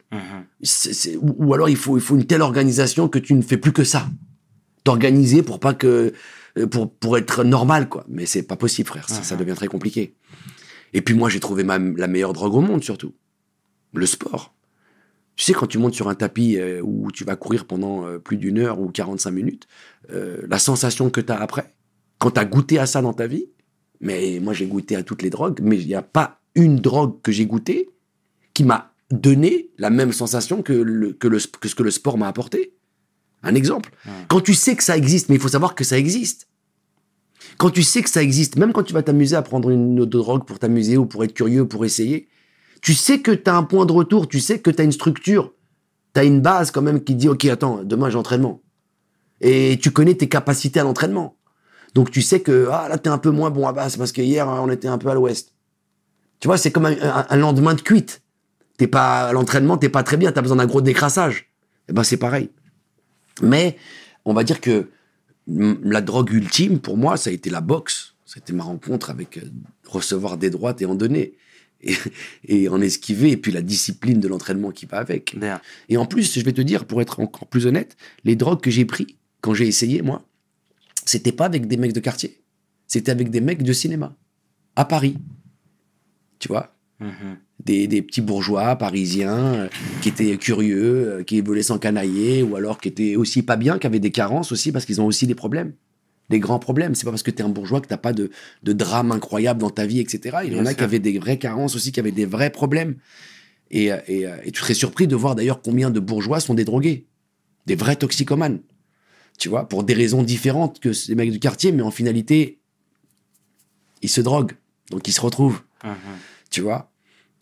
C: Ou alors il faut une telle organisation que tu ne fais plus que ça. T'organiser pour pas que pour être normal, quoi. Mais c'est pas possible, frère. Ça devient très compliqué. Et puis moi, j'ai trouvé la meilleure drogue au monde, surtout. Le sport. Tu sais, quand tu montes sur un tapis où tu vas courir pendant plus d'une heure ou 45 minutes, la sensation que tu as après, quand tu as goûté à ça dans ta vie, mais moi j'ai goûté à toutes les drogues, mais il n'y a pas une drogue que j'ai goûtée qui m'a donné la même sensation que ce que le sport m'a apporté. Un exemple. Quand tu sais que ça existe, mais il faut savoir que ça existe. Quand tu sais que ça existe, même quand tu vas t'amuser à prendre une autre drogue pour t'amuser ou pour être curieux, pour essayer, tu sais que tu as un point de retour, tu sais que tu as une structure T'as une base quand même qui dit, OK, attends, demain j'ai entraînement. Et tu connais tes capacités à l'entraînement. Donc tu sais que là, t'es un peu moins bon. C'est parce que hier, on était un peu à l'ouest. Tu vois, c'est comme un lendemain de cuite. T'es pas à l'entraînement, t'es pas très bien, t'as besoin d'un gros décrassage. Eh ben, c'est pareil. Mais on va dire que la drogue ultime, pour moi, ça a été la boxe. C'était ma rencontre avec recevoir des droites et en donner. Et en esquiver, et puis la discipline de l'entraînement qui va avec.
A: Bien.
C: Et en plus, je vais te dire, pour être encore plus honnête, les drogues que j'ai pris quand j'ai essayé, moi, c'était pas avec des mecs de quartier. C'était avec des mecs de cinéma, à Paris. Tu vois, des petits bourgeois parisiens qui étaient curieux, qui voulaient s'encanailler, ou alors qui étaient aussi pas bien, qui avaient des carences aussi, parce qu'ils ont aussi des problèmes. Des grands problèmes. C'est pas parce que t'es un bourgeois que t'as pas de drame incroyable dans ta vie, etc. Il y en a qui avaient des vraies carences aussi, qui avaient des vrais problèmes. Et tu serais surpris de voir d'ailleurs combien de bourgeois sont des drogués. Des vrais toxicomanes. Tu vois, pour des raisons différentes que ces mecs du quartier, mais en finalité, ils se droguent. Donc ils se retrouvent. Tu vois.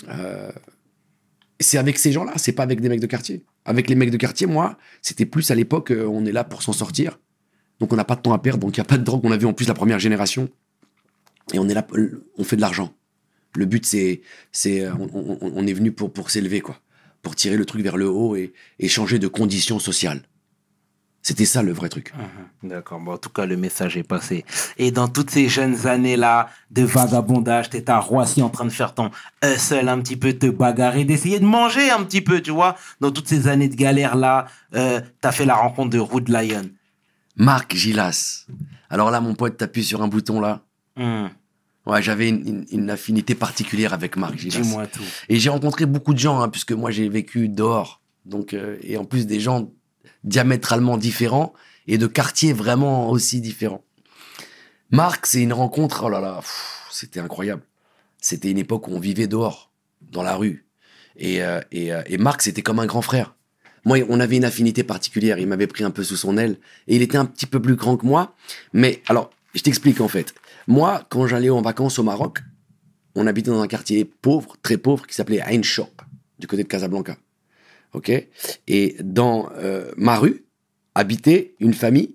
C: C'est avec ces gens-là, c'est pas avec des mecs de quartier. Avec les mecs de quartier, moi, c'était plus à l'époque, on est là pour s'en sortir. Donc on n'a pas de temps à perdre, donc il n'y a pas de drogue. On a vu en plus la première génération. Et on est là, on fait de l'argent. Le but, on est venu pour s'élever, quoi. Pour tirer le truc vers le haut et changer de conditions sociales. C'était ça le vrai truc.
A: D'accord, bon, en tout cas, le message est passé. Et dans toutes ces jeunes années-là de vagabondage, t'étais à Roissy en train de faire ton hustle un petit peu, te bagarrer, d'essayer de manger un petit peu, tu vois. Dans toutes ces années de galère-là, t'as fait la rencontre de Rude Lion.
C: Marc Gilas. Alors là, mon pote, t'appuies sur un bouton là. Ouais, j'avais une affinité particulière avec Marc Gilas.
A: Dis-moi tout.
C: Et j'ai rencontré beaucoup de gens, puisque moi j'ai vécu dehors. Donc, et en plus des gens diamétralement différents et de quartiers vraiment aussi différents. Marc, c'est une rencontre, oh là là, c'était incroyable. C'était une époque où on vivait dehors, dans la rue. Et Marc, c'était comme un grand frère. Moi, on avait une affinité particulière. Il m'avait pris un peu sous son aile. Et il était un petit peu plus grand que moi. Mais alors, je t'explique en fait. Moi, quand j'allais en vacances au Maroc, on habitait dans un quartier pauvre, très pauvre, qui s'appelait Ain Choc, du côté de Casablanca. Ok. Et dans ma rue habitait une famille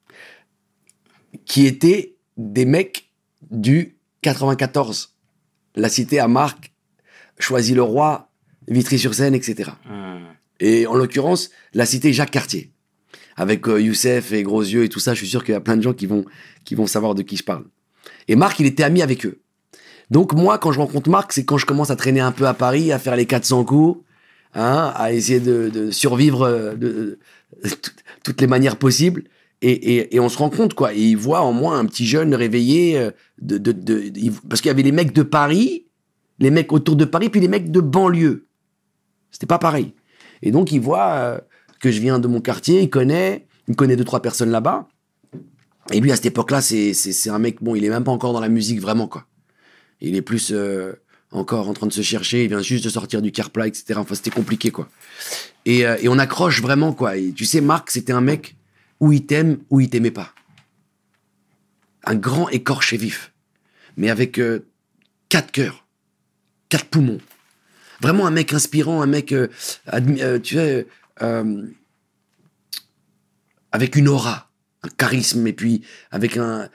C: qui était des mecs du 94. La cité à Marc, Choisy-le-Roi, Vitry-sur-Seine, etc. Et en l'occurrence, la cité Jacques Cartier. Avec Youssef et Gros Yeux et tout ça, je suis sûr qu'il y a plein de gens qui vont savoir de qui je parle. Et Marc, il était ami avec eux. Donc moi, quand je rencontre Marc, c'est quand je commence à traîner un peu à Paris, à faire les 400 coups, à essayer de survivre de toutes les manières possibles. Et on se rend compte, quoi. Et il voit en moi un petit jeune réveillé, parce qu'il y avait les mecs de Paris, les mecs autour de Paris, puis les mecs de banlieue. C'était pas pareil. Et donc, il voit que je viens de mon quartier, il connaît 2-3 personnes là-bas. Et lui, à cette époque-là, c'est un mec, bon, il est même pas encore dans la musique, vraiment, quoi. Il est plus encore en train de se chercher, il vient juste de sortir du Carpla, etc. Enfin, c'était compliqué, quoi. Et on accroche vraiment, quoi. Et tu sais, Marc, c'était un mec où il t'aime, où il t'aimait pas. Un grand écorché vif. Mais avec 4 cœurs, 4 poumons. Vraiment un mec inspirant, un mec, tu sais, avec une aura, un charisme, et puis avec un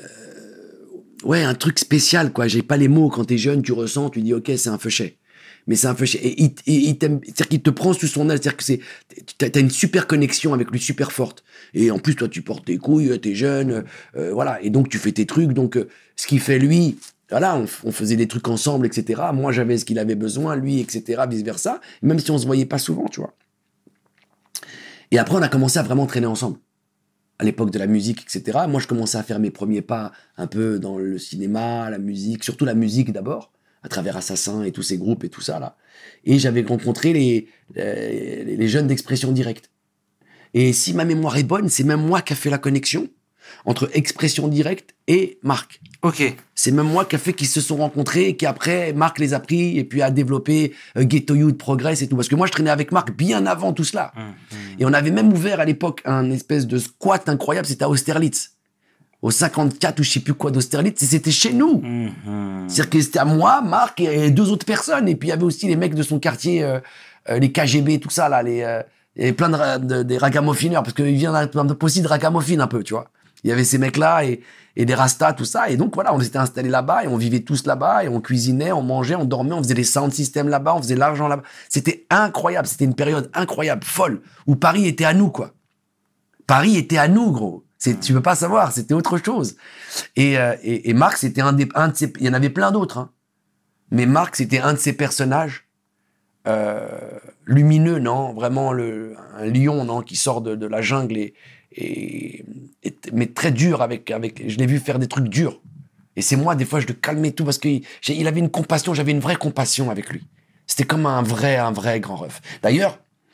C: truc spécial, quoi. J'ai pas les mots. Quand t'es jeune, tu ressens, tu dis, ok, c'est un feuchet. Mais c'est un feuchet. Et il t'aime, c'est-à-dire qu'il te prend sous son aile, c'est-à-dire que t'as une super connexion avec lui, super forte. Et en plus, toi, tu portes tes couilles, t'es jeune, voilà. Et donc, tu fais tes trucs. Donc, ce qu'il fait, lui, voilà, on faisait des trucs ensemble, etc. Moi, j'avais ce qu'il avait besoin, lui, etc., vice-versa. Même si on se voyait pas souvent, tu vois. Et après, on a commencé à vraiment traîner ensemble. À l'époque de la musique, etc. Moi, je commençais à faire mes premiers pas un peu dans le cinéma, la musique, surtout la musique d'abord, à travers Assassin et tous ces groupes et tout ça, là. Et j'avais rencontré les jeunes d'Expression Directe. Et si ma mémoire est bonne, c'est même moi qui a fait la connexion entre Expression Directe et Marc.
A: Ok.
C: C'est même moi qui a fait qu'ils se sont rencontrés et qu'après, Marc les a pris et puis a développé Ghetto Youth, Progress et tout. Parce que moi, je traînais avec Marc bien avant tout cela. Et on avait même ouvert à l'époque un espèce de squat incroyable, c'était à Austerlitz. au 54 ou je sais plus quoi d'Austerlitz, et c'était chez nous.
A: Mhm.
C: C'est-à-dire que c'était à moi, Marc et 2 autres personnes. Et puis il y avait aussi les mecs de son quartier, les KGB, tout ça, là, il y avait plein des ragamuffins, parce qu'il vient aussi de ragamuffin un peu, tu vois. Il y avait ces mecs-là et des rastas, tout ça. Et donc voilà, on s'était installés là-bas et on vivait tous là-bas et on cuisinait, on mangeait, on dormait, on faisait des sound systems là-bas, on faisait de l'argent là-bas. C'était incroyable, c'était une période incroyable, folle, où Paris était à nous, quoi. Paris était à nous, gros. Tu peux pas savoir, c'était autre chose. Et Marc, c'était un de ces... Il y en avait plein d'autres, hein. Mais Marc, c'était un de ces personnages lumineux, non? Vraiment un lion, non? Qui sort de la jungle mais très dur avec... Je l'ai vu faire des trucs durs. Et c'est moi, des fois, je le calmais tout parce qu'il avait une compassion, j'avais une vraie compassion avec lui. C'était comme un vrai grand ref. D'ailleurs,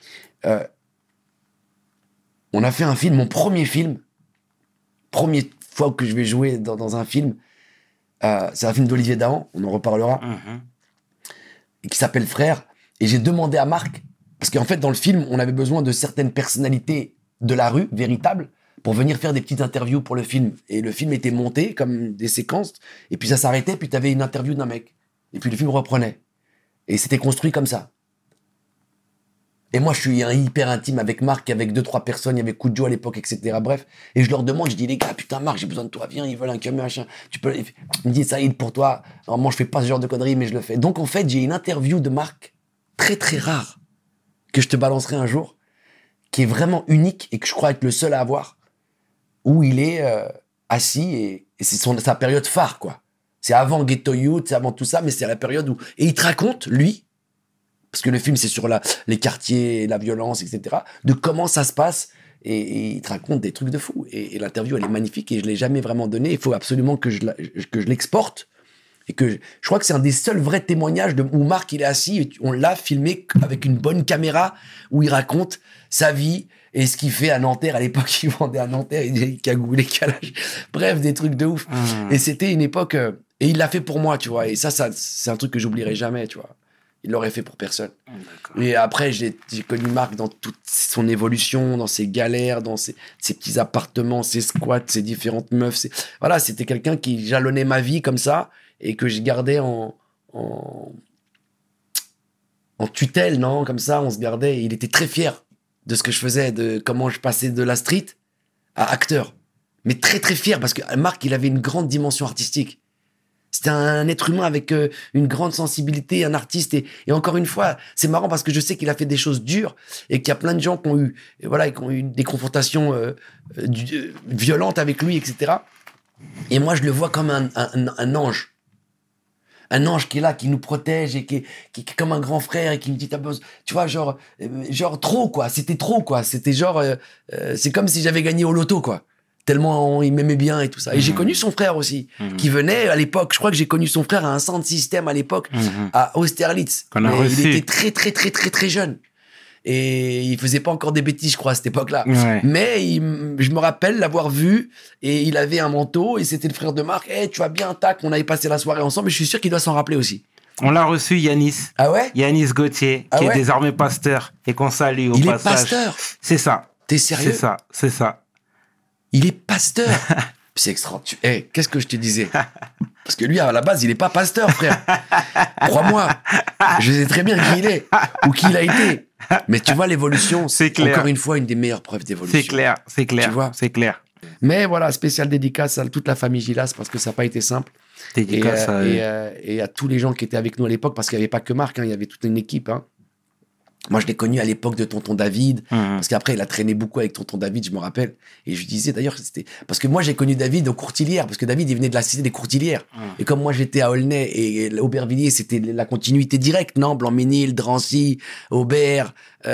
C: on a fait un film, mon premier film, première fois que je vais jouer dans un film, c'est un film d'Olivier Dahan, on en reparlera, et qui s'appelle Frère. Et j'ai demandé à Marc, parce qu'en fait, dans le film, on avait besoin de certaines personnalités de la rue, véritables, pour venir faire des petites interviews pour le film. Et le film était monté comme des séquences, et puis ça s'arrêtait, puis tu avais une interview d'un mec. Et puis le film reprenait. Et c'était construit comme ça. Et moi, je suis hyper intime avec Marc, avec 2-3 personnes, il y avait Kujo à l'époque, etc. Bref. Et je leur demande, je dis, les gars, putain, Marc, j'ai besoin de toi, viens, ils veulent un camion, machin. Il me dit, Saïd, pour toi. Normalement, je fais pas ce genre de conneries, mais je le fais. Donc, en fait, j'ai une interview de Marc, très, très rare, que je te balancerai un jour, qui est vraiment unique et que je crois être le seul à avoir, où il est assis et c'est sa période phare, quoi. C'est avant Ghetto Youth, c'est avant tout ça, mais c'est la période où... Et il te raconte, lui, parce que le film, c'est sur les quartiers, la violence, etc., de comment ça se passe, et il te raconte des trucs de fou. Et l'interview, elle est magnifique, et je ne l'ai jamais vraiment donnée. Il faut absolument que je l'exporte, et que je crois que c'est un des seuls vrais témoignages où Marc, il est assis, et on l'a filmé avec une bonne caméra, où il raconte sa vie, et ce qu'il fait à Nanterre. À l'époque, il vendait à Nanterre, il cagoulait, calage. Bref, des trucs de ouf. Et c'était une époque... et il l'a fait pour moi, tu vois. Et ça c'est un truc que j'oublierai jamais, tu vois. Il l'aurait fait pour personne. Et après, j'ai connu Marc dans toute son évolution, dans ses galères, dans ses petits appartements, ses squats, ses différentes meufs. Voilà, c'était quelqu'un qui jalonnait ma vie comme ça et que j'ai gardé en tutelle, non? Comme ça, on se gardait. Et il était très fier de ce que je faisais, de comment je passais de la street à acteur. Mais très, très fier parce que Marc, il avait une grande dimension artistique. C'était un être humain avec une grande sensibilité, un artiste. Et encore une fois, c'est marrant parce que je sais qu'il a fait des choses dures et qu'il y a plein de gens qui ont eu des confrontations violentes avec lui, etc. Et moi, je le vois comme un ange. Un ange qui est là, qui nous protège et qui est comme un grand frère et qui me dit, t'as besoin, tu vois, genre trop, quoi. C'était trop, quoi. C'était genre, c'est comme si j'avais gagné au loto, quoi. Tellement il m'aimait bien et tout ça. Et j'ai connu son frère aussi, qui venait à l'époque. Je crois que j'ai connu son frère à un sound system à l'époque, à Austerlitz. Il était très, très, très, très, très jeune. Et il faisait pas encore des bêtises, je crois, à cette époque-là. Ouais. Mais je me rappelle l'avoir vu et il avait un manteau et c'était le frère de Marc. Hey, tu vas bien, tac, on avait passé la soirée ensemble et je suis sûr qu'il doit s'en rappeler aussi.
A: On l'a reçu, Yanis.
C: Ah ouais?
A: Yanis Gauthier, qui est désormais pasteur et qu'on salue au passage. Il est pasteur? C'est ça.
C: T'es sérieux?
A: C'est ça.
C: Il est pasteur. C'est extraordinaire. Hey, qu'est-ce que je te disais? Parce que lui, à la base, il est pas pasteur, frère. Crois-moi. Je sais très bien qui il est ou qui il a été. Mais tu vois, l'évolution, c'est encore une fois une des meilleures preuves d'évolution.
A: C'est clair. Tu vois? C'est clair.
C: Mais voilà, spéciale dédicace à toute la famille Gilas parce que ça n'a pas été simple.
A: Dédicace
C: et à tous les gens qui étaient avec nous à l'époque parce qu'il n'y avait pas que Marc, hein, il y avait toute une équipe. Hein. Moi, je l'ai connu à l'époque de Tonton David, parce qu'après, il a traîné beaucoup avec Tonton David, je me rappelle. Et je lui disais, d'ailleurs, c'était... Parce que moi, j'ai connu David aux Courtilières, parce que David, il venait de la cité des Courtilières. Et comme moi, j'étais à Aulnay et Aubervilliers, c'était la continuité directe, non? Blanc-Ménil, Drancy, Aubert,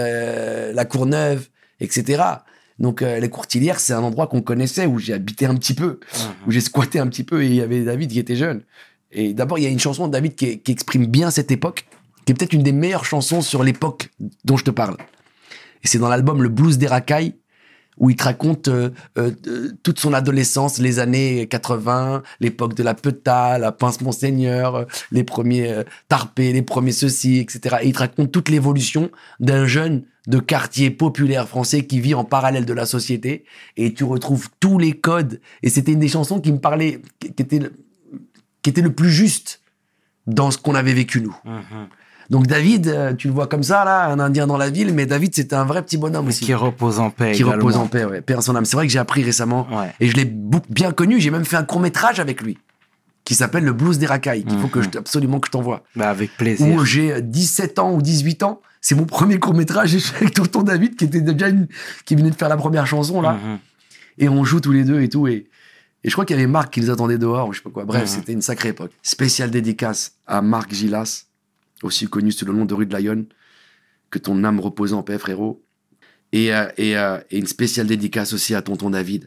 C: La Courneuve, etc. Donc, les Courtilières, c'est un endroit qu'on connaissait, où j'ai habité un petit peu, où j'ai squatté un petit peu, et il y avait David qui était jeune. Et d'abord, il y a une chanson de David qui exprime bien cette époque, qui est peut-être une des meilleures chansons sur l'époque dont je te parle. Et c'est dans l'album Le Blues des Racailles, où il te raconte toute son adolescence, les années 80, l'époque de la Peta, la Pince Monseigneur, les premiers Tarpé, les premiers ceci, etc. Et il te raconte toute l'évolution d'un jeune de quartier populaire français qui vit en parallèle de la société, et tu retrouves tous les codes. Et c'était une des chansons qui me parlait, qui était le plus juste dans ce qu'on avait vécu, nous. Donc David, tu le vois comme ça, là, un Indien dans la ville, mais David, c'était un vrai petit bonhomme aussi.
A: Qui repose en paix.
C: Qui
A: également.
C: repose en paix, ouais. Paix à son âme. C'est vrai que j'ai appris récemment, et je l'ai bien connu, j'ai même fait un court-métrage avec lui, qui s'appelle Le Blues des Racailles, qu'il faut absolument que je t'envoie.
A: Bah, avec plaisir.
C: Où j'ai 17 ans ou 18 ans, c'est mon premier court-métrage, et je suis avec tonton David, qui était déjà qui venait de faire la première chanson, là. Et on joue tous les deux et tout, et je crois qu'il y avait Marc qui les attendait dehors, ou je sais pas quoi. Bref, c'était une sacrée époque. Spéciale dédicace à Marc Gilas, aussi connu sous le nom de Rue de Lyon, que ton âme repose en paix, frérot. Et une spéciale dédicace aussi à tonton David,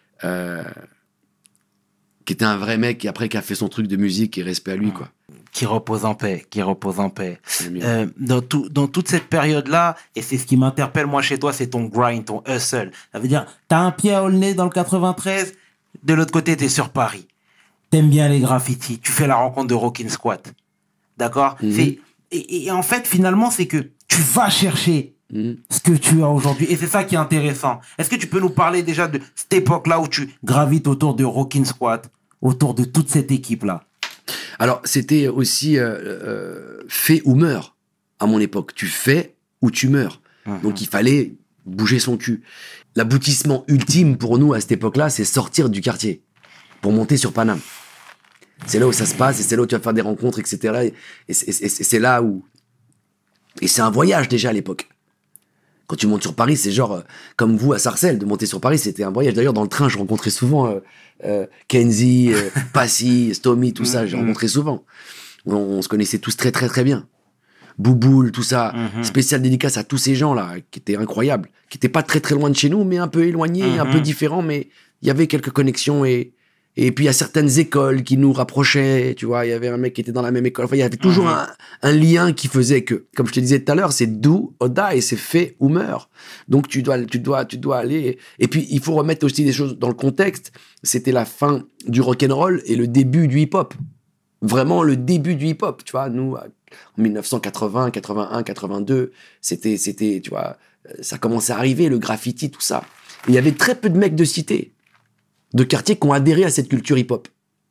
C: qui était un vrai mec, et après qui a fait son truc de musique, et respect à lui, quoi.
A: Qui repose en paix, dans toute cette période-là, et c'est ce qui m'interpelle, moi, chez toi, c'est ton grind, ton hustle. Ça veut dire, t'as un pied à Aulnay dans le 93, de l'autre côté, t'es sur Paris. T'aimes bien les graffitis, tu fais la rencontre de Rockin' Squat. D'accord? Et en fait, finalement, c'est que tu vas chercher ce que tu as aujourd'hui. Et c'est ça qui est intéressant. Est-ce que tu peux nous parler déjà de cette époque-là où tu gravites autour de Rockin' Squat, autour de toute cette équipe-là?
C: Alors, c'était aussi fais ou meurs à mon époque. Tu fais ou tu meurs. Donc, il fallait bouger son cul. L'aboutissement ultime pour nous à cette époque-là, c'est sortir du quartier pour monter sur Paname. C'est là où ça se passe, et c'est là où tu vas faire des rencontres, etc. Et c'est là où... Et c'est un voyage déjà à l'époque. Quand tu montes sur Paris, c'est genre, comme vous à Sarcelles, de monter sur Paris, c'était un voyage. D'ailleurs, dans le train, je rencontrais souvent Kenzie, Passy, Stomy, tout ça, j'ai rencontré souvent. On se connaissait tous très, très, très bien. Bouboule, tout ça. Spécial dédicace à tous ces gens-là, qui étaient incroyables, qui n'étaient pas très, très loin de chez nous, mais un peu éloignés, un peu différents, mais il y avait quelques connexions, et puis, il y a certaines écoles qui nous rapprochaient, tu vois. Il y avait un mec qui était dans la même école. Enfin, il y avait toujours un lien qui faisait que, comme je te disais tout à l'heure, c'est do or die, et c'est fait ou meurt. Donc, tu dois aller. Et puis, il faut remettre aussi des choses dans le contexte. C'était la fin du rock'n'roll et le début du hip-hop. Vraiment le début du hip-hop, tu vois. Nous, en 1980, 81, 82, c'était, tu vois, ça commençait à arriver, le graffiti, tout ça. Et il y avait très peu de mecs de cité, de quartier, qui ont adhéré à cette culture hip-hop.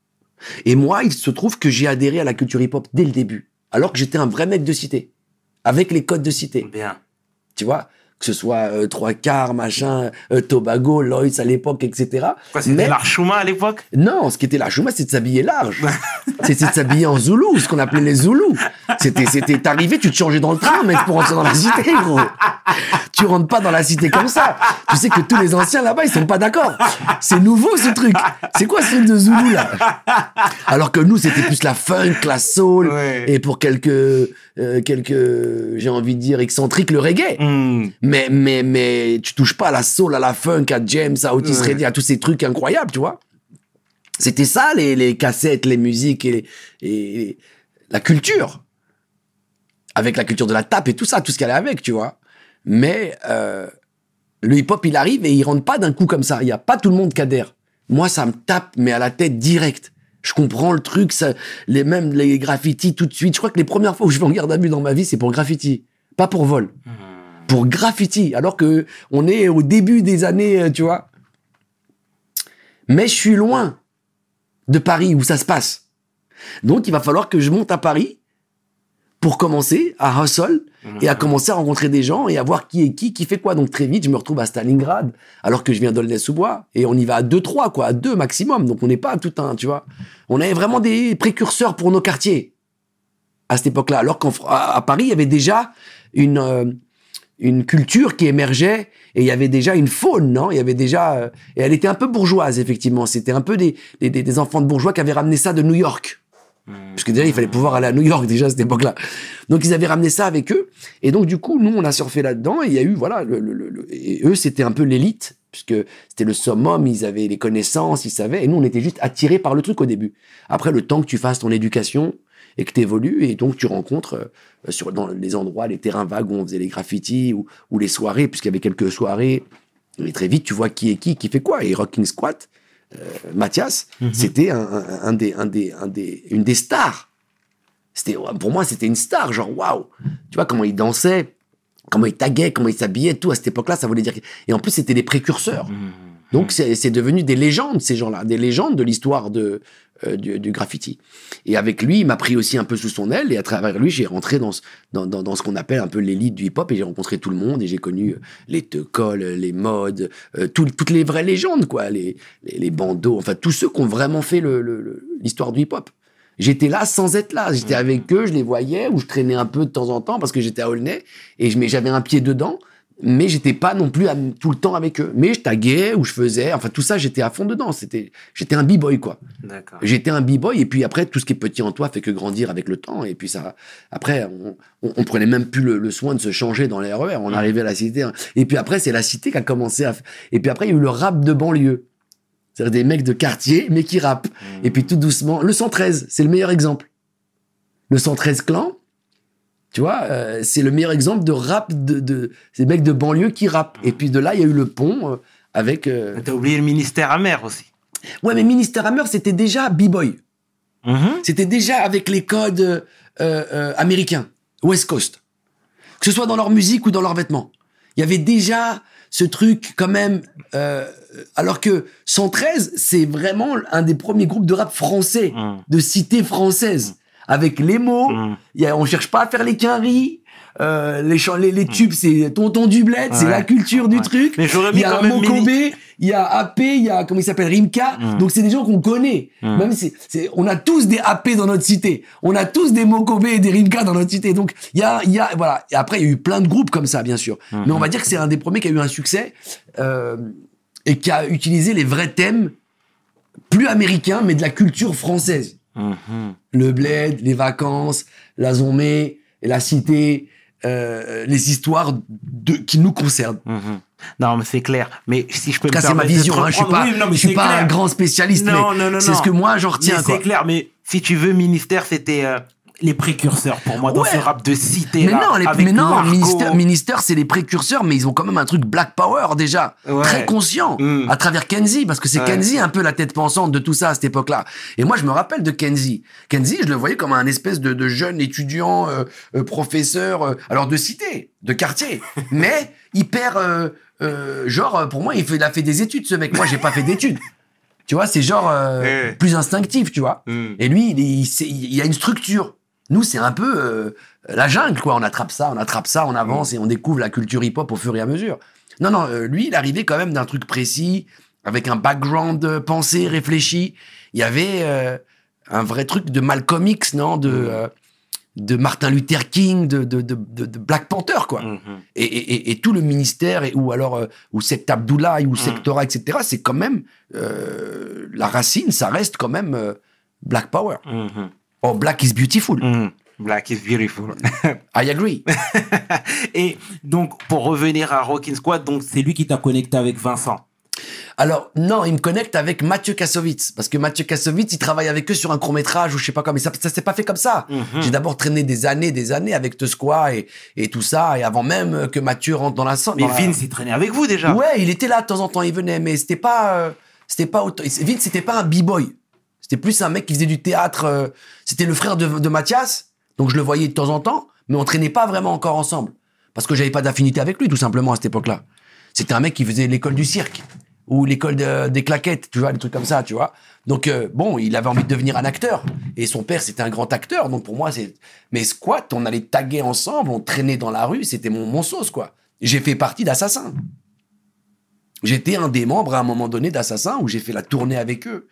C: Et moi, il se trouve que j'ai adhéré à la culture hip-hop dès le début, alors que j'étais un vrai mec de cité, avec les codes de cité.
A: Bien.
C: Tu vois, que ce soit Trois Quarts, machin, Tobago, Lloyds à l'époque, etc.
A: Quoi, c'était l'Archouma à l'époque?
C: Non, ce qui était l'Archouma, c'est de s'habiller large. C'était de s'habiller en Zoulou, ce qu'on appelait les Zoulous. T'arrivais, tu te changeais dans le train, mec, pour rentrer dans la cité, gros. Tu rentres pas dans la cité comme ça. Tu sais que tous les anciens là-bas, ils sont pas d'accord. C'est nouveau, ce truc. C'est quoi ce truc de Zoulou, là? Alors que nous, c'était plus la funk, la soul, et pour quelques, j'ai envie de dire, excentriques, le reggae. Mais tu touches pas à la soul, à la funk, à James, à Otis Redding, à tous ces trucs incroyables, tu vois. C'était ça, les cassettes, les musiques et la culture. Avec la culture de la tape et tout ça, tout ce qui allait avec, tu vois. Mais le hip-hop, il arrive et il rentre pas d'un coup comme ça. Il n'y a pas tout le monde qui adhère. Moi, ça me tape, mais à la tête direct. Je comprends le truc, même les graffitis tout de suite. Je crois que les premières fois où je vais en garde à vue dans ma vie, c'est pour graffiti, pas pour vol. Pour graffiti, alors que on est au début des années, tu vois. Mais je suis loin de Paris où ça se passe. Donc, il va falloir que je monte à Paris pour commencer à hustle et à commencer à rencontrer des gens et à voir qui est qui fait quoi. Donc, très vite, je me retrouve à Stalingrad, alors que je viens d'Aulnay-sous-Bois. Et on y va à 2-3, quoi, à 2 maximum. Donc, on n'est pas tout un, tu vois. On avait vraiment des précurseurs pour nos quartiers à cette époque-là. Alors qu'à Paris, il y avait déjà une culture qui émergeait et il y avait déjà une faune, non? Il y avait déjà... et elle était un peu bourgeoise, effectivement. C'était un peu des enfants de bourgeois qui avaient ramené ça de New York. Parce que déjà, il fallait pouvoir aller à New York, déjà, à cette époque-là. Donc, ils avaient ramené ça avec eux. Et donc, du coup, nous, on a surfé là-dedans. Et il y a eu, voilà... et eux, c'était un peu l'élite, puisque c'était le summum, ils avaient les connaissances, ils savaient. Et nous, on était juste attirés par le truc au début. Après, le temps que tu fasses ton éducation et que tu évolues, et donc tu rencontres dans les endroits, les terrains vagues où on faisait les graffitis ou les soirées, puisqu'il y avait quelques soirées Et très vite, tu vois qui est qui fait quoi. Et Rocking Squad, Mathias, c'était une des stars. Pour moi, c'était une star. Genre, waouh! Tu vois comment il dansait, comment il taguait, comment il s'habillait, tout. À cette époque-là, ça voulait dire. Et en plus, c'était des précurseurs. Donc, c'est devenu des légendes, ces gens-là, des légendes de l'histoire du graffiti. Et avec lui, il m'a pris aussi un peu sous son aile, et à travers lui, j'ai rentré dans ce qu'on appelle un peu l'élite du hip-hop, et j'ai rencontré tout le monde, et j'ai connu les Tecol, les Modes, toutes les vraies légendes, quoi, les bandos, enfin, tous ceux qui ont vraiment fait l'histoire du hip-hop. J'étais là sans être là. J'étais avec eux, je les voyais, ou je traînais un peu de temps en temps, parce que j'étais à Aulnay, mais j'avais un pied dedans, mais j'étais pas non plus tout le temps avec eux. Mais je taguais ou je faisais, enfin tout ça, j'étais à fond dedans. J'étais un b-boy, quoi.
A: D'accord.
C: J'étais un b-boy, et puis après, tout ce qui est petit en toi fait que grandir avec le temps. Et puis ça, après, on prenait même plus le soin de se changer dans les RER. On arrivait à la cité. Hein. Et puis après, c'est la cité qui a commencé à... Et puis après, il y a eu le rap de banlieue. C'est-à-dire des mecs de quartier, mais qui rappent. Et puis tout doucement, le 113, c'est le meilleur exemple. Le 113 Clan, tu vois, c'est le meilleur exemple de rap de ces mecs de banlieue qui rappent. Et puis de là, il y a eu le pont avec...
A: T'as oublié le Ministère Amer aussi.
C: Ouais, mais Ministère Hammer, c'était déjà b-boy. C'était déjà avec les codes américains, West Coast. Que ce soit dans leur musique ou dans leurs vêtements. Il y avait déjà ce truc quand même... alors que 113, c'est vraiment un des premiers groupes de rap français, de cité française. Avec les mots, on cherche pas à faire les quinries, les tubes, c'est Tonton du Bled, c'est la culture du truc.
A: Mais j'aurais
C: Il
A: mis
C: y a
A: quand même
C: Mokobé, il y a AP, il y a, comment il s'appelle, Rimka. Donc c'est des gens qu'on connaît. Même on a tous des AP dans notre cité. On a tous des Mokobé et des Rimka dans notre cité. Donc il y a, voilà. Et après, il y a eu plein de groupes comme ça, bien sûr. Mais on va dire que c'est un des premiers qui a eu un succès, et qui a utilisé les vrais thèmes plus américains, mais de la culture française. Le bled, les vacances, la zombie, la cité, les histoires qui nous concernent.
A: Non, mais c'est clair. Mais si je peux me
C: c'est ma
A: permettre
C: vision.
A: de te
C: Hein, je suis pas un grand spécialiste, mais c'est ce que moi j'en retiens.
A: C'est clair. Mais si tu veux, Ministère, c'était les précurseurs pour moi dans ce rap de cité.
C: Mais non,
A: Marco.
C: Ministère, c'est les précurseurs, mais ils ont quand même un truc Black Power déjà, très conscient, à travers Kenzie, parce que c'est Kenzie un peu la tête pensante de tout ça à cette époque-là. Et moi, je me rappelle de Kenzie. Kenzie, je le voyais comme un espèce de jeune étudiant, professeur, alors de cité, de quartier, mais hyper, genre, pour moi, il a fait des études, ce mec. Moi, j'ai pas fait d'études. Tu vois, c'est genre plus instinctif, tu vois. Et lui, il y a une structure. Nous, c'est un peu la jungle, quoi. On attrape ça, on avance et on découvre la culture hip-hop au fur et à mesure. Non, lui, il arrivait quand même d'un truc précis, avec un background pensé, réfléchi. Il y avait un vrai truc de Malcolm X, non, de Martin Luther King, de Black Panther, quoi. Et tout le ministère, ou Sect Abdoulaye, ou Sectora, etc., c'est quand même, la racine, ça reste quand même Black Power. Oh, Black is beautiful.
A: Black is beautiful.
C: I agree.
A: Et donc, pour revenir à Rocking Squad, donc c'est lui qui t'a connecté avec Vincent.
C: Alors, non, il me connecte avec Mathieu Kassovitz. Parce que Mathieu Kassovitz, il travaille avec eux sur un court-métrage ou je sais pas quoi. Mais ça s'est pas fait comme ça. J'ai d'abord traîné des années avec Tesquois et tout ça. Et avant même que Mathieu rentre dans la scène.
A: Mais Vince, il traînait avec vous déjà.
C: Ouais, il était là de temps en temps, il venait. Mais c'était pas autant. Vince, c'était pas un b-boy. C'était plus un mec qui faisait du théâtre. C'était le frère de Mathias. Donc je le voyais de temps en temps. Mais on traînait pas vraiment encore ensemble. Parce que j'avais pas d'affinité avec lui, tout simplement, à cette époque-là. C'était un mec qui faisait l'école du cirque. Ou l'école des claquettes, tu vois, des trucs comme ça, tu vois. Donc, bon, il avait envie de devenir un acteur. Et son père, c'était un grand acteur. Donc, pour moi, Mais Squat, on allait taguer ensemble, on traînait dans la rue, c'était mon sauce, quoi. J'ai fait partie d'Assassin. J'étais un des membres, à un moment donné, d'Assassin, où j'ai fait la tournée avec eux.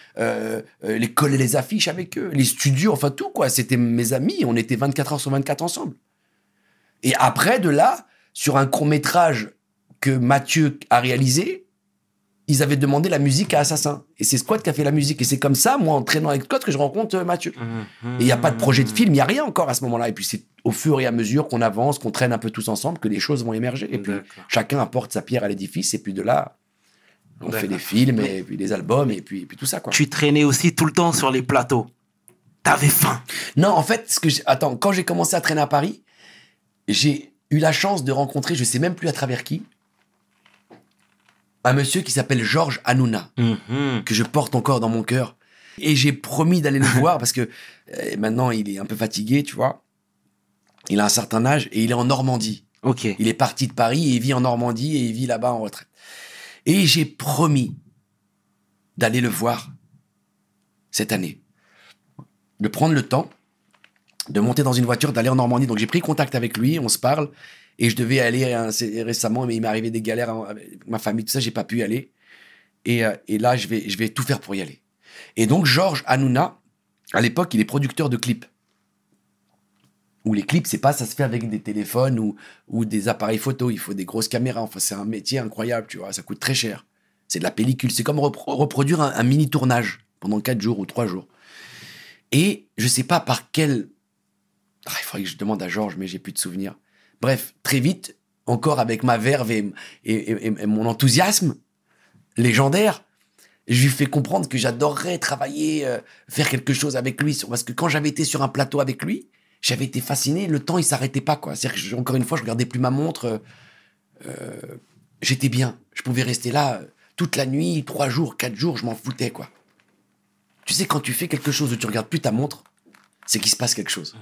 C: Les coller les affiches avec eux, les studios, enfin tout, quoi. C'était mes amis, on était 24 heures sur 24 ensemble. Et après, de là, sur un court-métrage que Mathieu a réalisé, ils avaient demandé la musique à Assassin. Et c'est Squad qui a fait la musique. Et c'est comme ça, moi, en traînant avec Squad, que je rencontre Mathieu. Et il n'y a pas de projet de film, il n'y a rien encore à ce moment-là. Et puis c'est au fur et à mesure qu'on avance, qu'on traîne un peu tous ensemble, que les choses vont émerger. Et puis chacun apporte sa pierre à l'édifice. Et puis de là, on fait des films, et puis des albums, et puis tout ça, quoi.
A: Tu traînais aussi tout le temps sur les plateaux. T'avais faim.
C: Non, en fait, quand j'ai commencé à traîner à Paris, j'ai eu la chance de rencontrer, je sais même plus à travers qui, un monsieur qui s'appelle Georges Hanouna, que je porte encore dans mon cœur. Et j'ai promis d'aller le voir parce que maintenant, il est un peu fatigué, tu vois. Il a un certain âge et il est en Normandie.
A: Ok.
C: Il est parti de Paris et il vit en Normandie et il vit là-bas en retraite. Et j'ai promis d'aller le voir cette année. De prendre le temps, de monter dans une voiture, d'aller en Normandie. Donc j'ai pris contact avec lui, on se parle. Et je devais aller récemment, mais il m'est arrivé des galères avec ma famille, tout ça, j'ai pas pu y aller. Et là, je vais tout faire pour y aller. Et donc, Georges Hanouna, à l'époque, il est producteur de clips. Où les clips, ça se fait avec des téléphones ou des appareils photo. Il faut des grosses caméras. Enfin, c'est un métier incroyable, tu vois. Ça coûte très cher. C'est de la pellicule. C'est comme reproduire un mini-tournage pendant 4 jours ou 3 jours. Et je sais pas par quel... il faudrait que je demande à Georges, mais j'ai plus de souvenirs. Bref, très vite, encore avec ma verve et mon enthousiasme légendaire, je lui fais comprendre que j'adorerais travailler, faire quelque chose avec lui. Parce que quand j'avais été sur un plateau avec lui, j'avais été fasciné. Le temps, il s'arrêtait pas, quoi. C'est-à-dire que, encore une fois, je regardais plus ma montre. J'étais bien. Je pouvais rester là toute la nuit, 3 jours, 4 jours, je m'en foutais, quoi. Tu sais, quand tu fais quelque chose où tu regardes plus ta montre, c'est qu'il se passe quelque chose.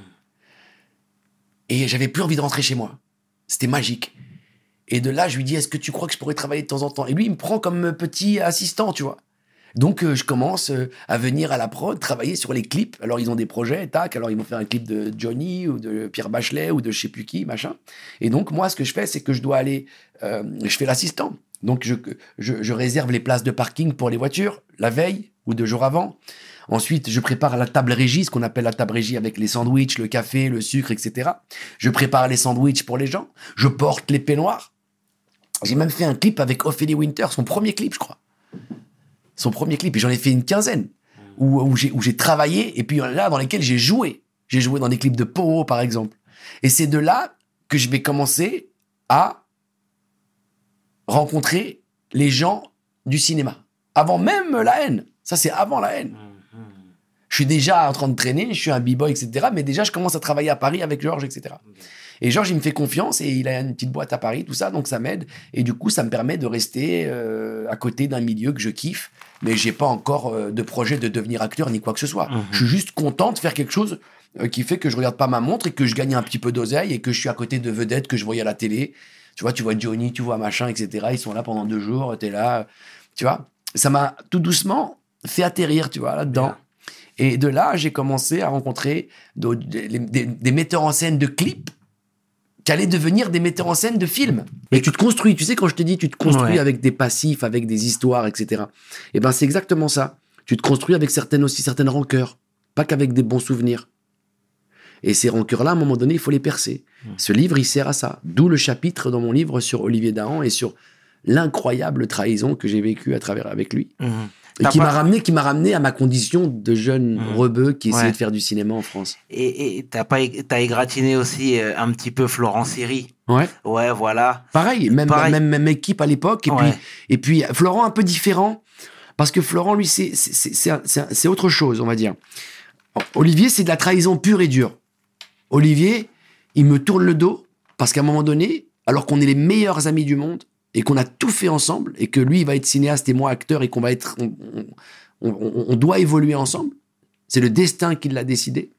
C: Et j'avais plus envie de rentrer chez moi. C'était magique. Et de là, je lui dis, est-ce que tu crois que je pourrais travailler de temps en temps? Et lui, il me prend comme petit assistant, tu vois. Donc, je commence à venir à la prod, travailler sur les clips. Alors, ils ont des projets, tac. Alors, ils vont faire un clip de Johnny ou de Pierre Bachelet ou de je sais plus qui, machin. Et donc, moi, ce que je fais, c'est que je dois aller... je fais l'assistant. Donc, je réserve les places de parking pour les voitures, la veille ou 2 jours avant. Ensuite, je prépare la table régie, ce qu'on appelle la table régie avec les sandwichs, le café, le sucre, etc. Je prépare les sandwichs pour les gens. Je porte les peignoirs. J'ai même fait un clip avec Ophélie Winter, son premier clip, je crois. Son premier clip. Et j'en ai fait une quinzaine où j'ai travaillé et puis là, dans lesquels j'ai joué. J'ai joué dans des clips de Poho, par exemple. Et c'est de là que je vais commencer à rencontrer les gens du cinéma. Avant même La Haine. Ça, c'est avant La Haine. Je suis déjà en train de traîner, je suis un b-boy, etc. Mais déjà, je commence à travailler à Paris avec Georges, etc. Et Georges, il me fait confiance et il a une petite boîte à Paris, tout ça, donc ça m'aide. Et du coup, ça me permet de rester à côté d'un milieu que je kiffe. Mais j'ai pas encore de projet de devenir acteur ni quoi que ce soit. Je suis juste content de faire quelque chose qui fait que je regarde pas ma montre et que je gagne un petit peu d'oseille et que je suis à côté de vedettes que je voyais à la télé. Tu vois Johnny, tu vois machin, etc. Ils sont là pendant 2 jours, t'es là. Tu vois, ça m'a tout doucement fait atterrir, tu vois, là-dedans. Yeah. Et de là, j'ai commencé à rencontrer des metteurs en scène de clips qui allaient devenir des metteurs en scène de films. Et tu te construis. Tu sais, quand je te dis, tu te construis avec des passifs, avec des histoires, etc. Et ben, c'est exactement ça. Tu te construis avec certaines rancœurs. Pas qu'avec des bons souvenirs. Et ces rancœurs-là, à un moment donné, il faut les percer. Ce livre, il sert à ça. D'où le chapitre dans mon livre sur Olivier Dahan et sur l'incroyable trahison que j'ai vécue à travers avec lui. Et qui m'a ramené à ma condition de jeune rebeu qui essayait de faire du cinéma en France.
A: Et t'as égratigné aussi un petit peu Florent Siri.
C: Ouais.
A: Ouais, voilà.
C: Pareil, même équipe à l'époque. Et puis Florent un peu différent, parce que Florent, lui, c'est autre chose, on va dire. Olivier, c'est de la trahison pure et dure. Olivier, il me tourne le dos, parce qu'à un moment donné, alors qu'on est les meilleurs amis du monde, et qu'on a tout fait ensemble, et que lui, il va être cinéaste et moi acteur, et qu'on va être... On doit évoluer ensemble. C'est le destin qui l'a décidé.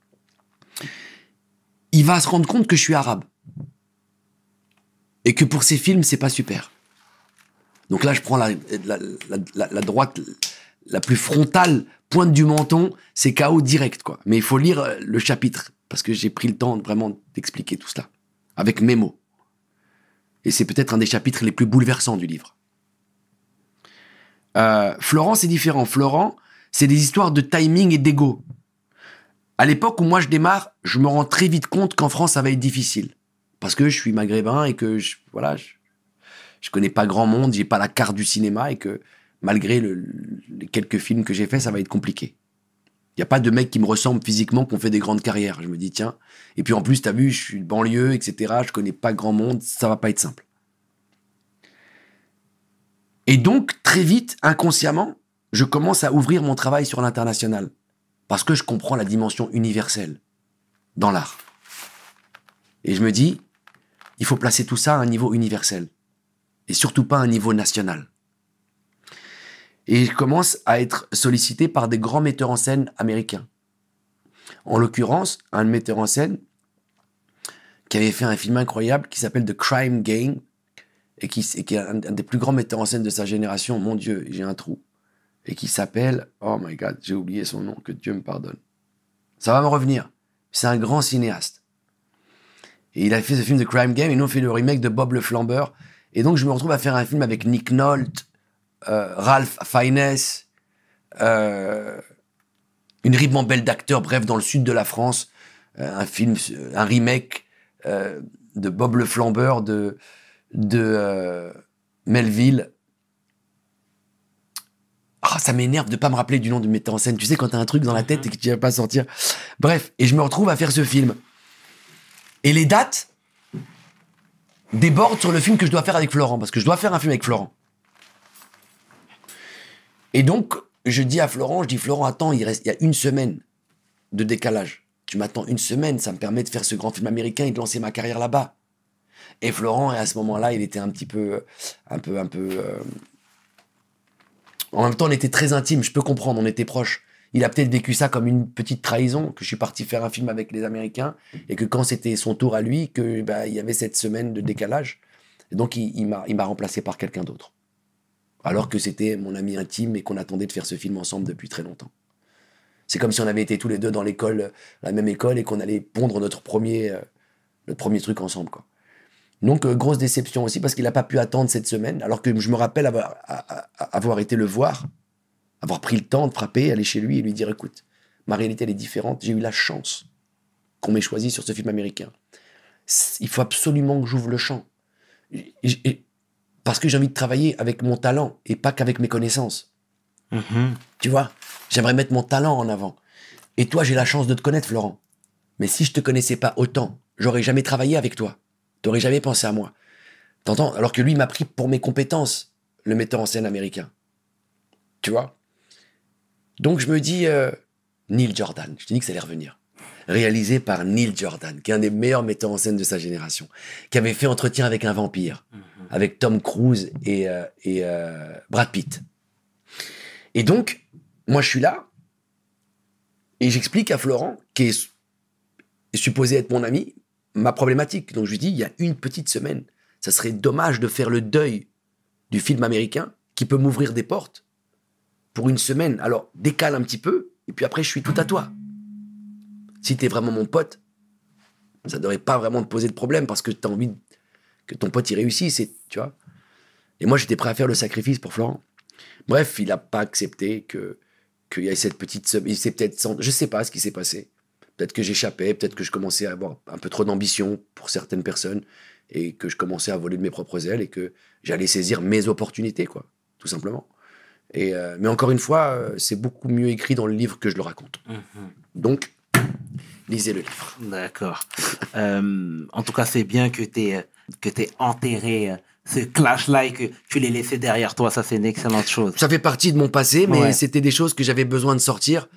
C: Il va se rendre compte que je suis arabe. Et que pour ses films, c'est pas super. Donc là, je prends la droite, la plus frontale, pointe du menton, c'est KO direct, quoi. Mais il faut lire le chapitre, parce que j'ai pris le temps vraiment d'expliquer tout cela, avec mes mots. Et c'est peut-être un des chapitres les plus bouleversants du livre. Florent, c'est différent. Florent, c'est des histoires de timing et d'ego. À l'époque où moi je démarre, je me rends très vite compte qu'en France, ça va être difficile. Parce que je suis maghrébin et que je connais pas grand monde, j'ai pas la carte du cinéma et que malgré les quelques films que j'ai faits, ça va être compliqué. Il n'y a pas de mecs qui me ressemblent physiquement qui ont fait des grandes carrières. Je me dis, tiens. Et puis en plus, t'as vu, je suis de banlieue, etc. Je connais pas grand monde. Ça va pas être simple. Et donc, très vite, inconsciemment, je commence à ouvrir mon travail sur l'international. Parce que je comprends la dimension universelle dans l'art. Et je me dis, il faut placer tout ça à un niveau universel. Et surtout pas à un niveau national. Et je commence à être sollicité par des grands metteurs en scène américains. En l'occurrence, un metteur en scène qui avait fait un film incroyable qui s'appelle The Crime Game et qui est un des plus grands metteurs en scène de sa génération. Mon Dieu, j'ai un trou. Et qui s'appelle... Oh my God, j'ai oublié son nom, que Dieu me pardonne. Ça va me revenir. C'est un grand cinéaste. Et il a fait ce film The Crime Game et nous on fait le remake de Bob le Flambeur. Et donc je me retrouve à faire un film avec Nick Nolte, Ralph Fiennes, une ribambelle d'acteurs, bref, dans le sud de la France, un film, un remake de Bob le Flambeur de Melville. Ah, ça m'énerve de pas me rappeler du nom du metteur en scène. Tu sais, quand t'as un truc dans la tête et que tu vas pas sortir. Bref, et je me retrouve à faire ce film. Et les dates débordent sur le film que je dois faire avec Florent, parce que je dois faire un film avec Florent. Et donc, je dis à Florent, Florent, attends, il y a une semaine de décalage. Tu m'attends une semaine, ça me permet de faire ce grand film américain et de lancer ma carrière là-bas. Et Florent, à ce moment-là, il était un peu... En même temps, on était très intimes, je peux comprendre, on était proches. Il a peut-être vécu ça comme une petite trahison, que je suis parti faire un film avec les Américains, et que quand c'était son tour à lui, il y avait cette semaine de décalage. Et donc, il m'a remplacé par quelqu'un d'autre. Alors que c'était mon ami intime et qu'on attendait de faire ce film ensemble depuis très longtemps. C'est comme si on avait été tous les deux dans l'école, la même école, et qu'on allait pondre notre premier truc ensemble, quoi. Donc, grosse déception aussi, parce qu'il n'a pas pu attendre cette semaine, alors que je me rappelle avoir été le voir, avoir pris le temps de frapper, aller chez lui et lui dire, écoute, ma réalité, elle est différente, j'ai eu la chance qu'on m'ait choisi sur ce film américain. Il faut absolument que j'ouvre le champ. Parce que j'ai envie de travailler avec mon talent et pas qu'avec mes connaissances. Tu vois, j'aimerais mettre mon talent en avant. Et toi, j'ai la chance de te connaître, Florent. Mais si je te connaissais pas autant, j'aurais jamais travaillé avec toi. T'aurais jamais pensé à moi. T'entends? Alors que lui m'a pris pour mes compétences, le metteur en scène américain. Tu vois? Donc je me dis, Neil Jordan, je te dis que ça allait revenir. Réalisé par Neil Jordan, qui est un des meilleurs metteurs en scène de sa génération, qui avait fait Entretien avec un vampire, avec Tom Cruise et Brad Pitt. Et donc, moi je suis là, et j'explique à Florent, qui est supposé être mon ami, ma problématique. Donc je lui dis, il y a une petite semaine, ça serait dommage de faire le deuil du film américain qui peut m'ouvrir des portes pour une semaine. Alors décale un petit peu, et puis après je suis tout à toi. Si t'es vraiment mon pote, ça devrait pas vraiment te poser de problème parce que t'as envie que ton pote y réussisse, tu vois. Et moi j'étais prêt à faire le sacrifice pour Florent. Bref, il a pas accepté qu'il y ait cette petite semaine. Il s'est peut-être, je sais pas ce qui s'est passé. Peut-être que j'échappais, peut-être que je commençais à avoir un peu trop d'ambition pour certaines personnes et que je commençais à voler de mes propres ailes et que j'allais saisir mes opportunités, quoi, tout simplement. Mais encore une fois, c'est beaucoup mieux écrit dans le livre que je le raconte. Donc, lisez le livre.
A: D'accord. En tout cas, c'est bien que t'aies enterré ce clash-là et que tu l'aies laissé derrière toi. Ça, c'est une excellente chose.
C: Ça fait partie de mon passé, mais c'était des choses que j'avais besoin de sortir.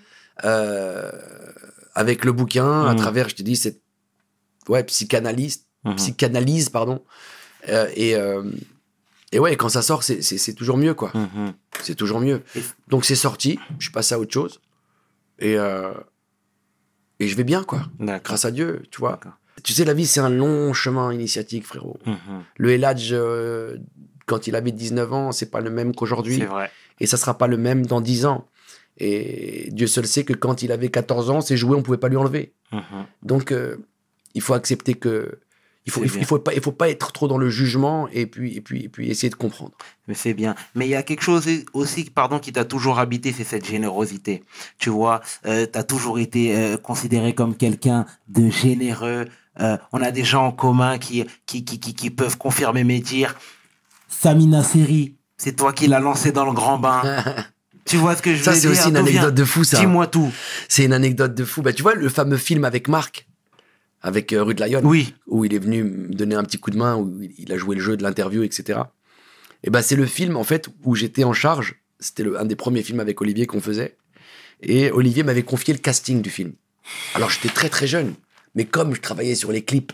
C: Avec le bouquin, à travers, je te dis, cette psychanalyse, pardon. Et ouais, quand ça sort, c'est toujours mieux, quoi. C'est toujours mieux. Donc c'est sorti, je suis passé à autre chose. Et je vais bien, quoi. Grâce à Dieu, tu vois. Tu sais, la vie, c'est un long chemin initiatique, frérot. Le Eladj, quand il avait 19 ans, c'est pas le même qu'aujourd'hui.
A: C'est vrai.
C: Et ça sera pas le même dans 10 ans. Et Dieu seul sait que quand il avait 14 ans, ses jouets, on pouvait pas lui enlever. Donc, il faut accepter que... Il faut pas être trop dans le jugement et puis essayer de comprendre.
A: Mais c'est bien. Mais il y a quelque chose aussi, qui t'a toujours habité, c'est cette générosité. Tu vois, t'as toujours été considéré comme quelqu'un de généreux. On a des gens en commun qui peuvent confirmer mes dires. Samina Seri, c'est toi qui l'as lancé dans le grand bain. Tu vois ce que je veux dire?
C: Ça, c'est aussi une anecdote de fou, ça.
A: Dis-moi tout.
C: C'est une anecdote de fou. Bah, tu vois, le fameux film avec Marc, avec Rue de Lyon,
A: oui,
C: où il est venu me donner un petit coup de main, où il a joué le jeu de l'interview, etc. Et bah, c'est le film, en fait, où j'étais en charge. C'était un des premiers films avec Olivier qu'on faisait. Et Olivier m'avait confié le casting du film. Alors, j'étais très, très jeune. Mais comme je travaillais sur les clips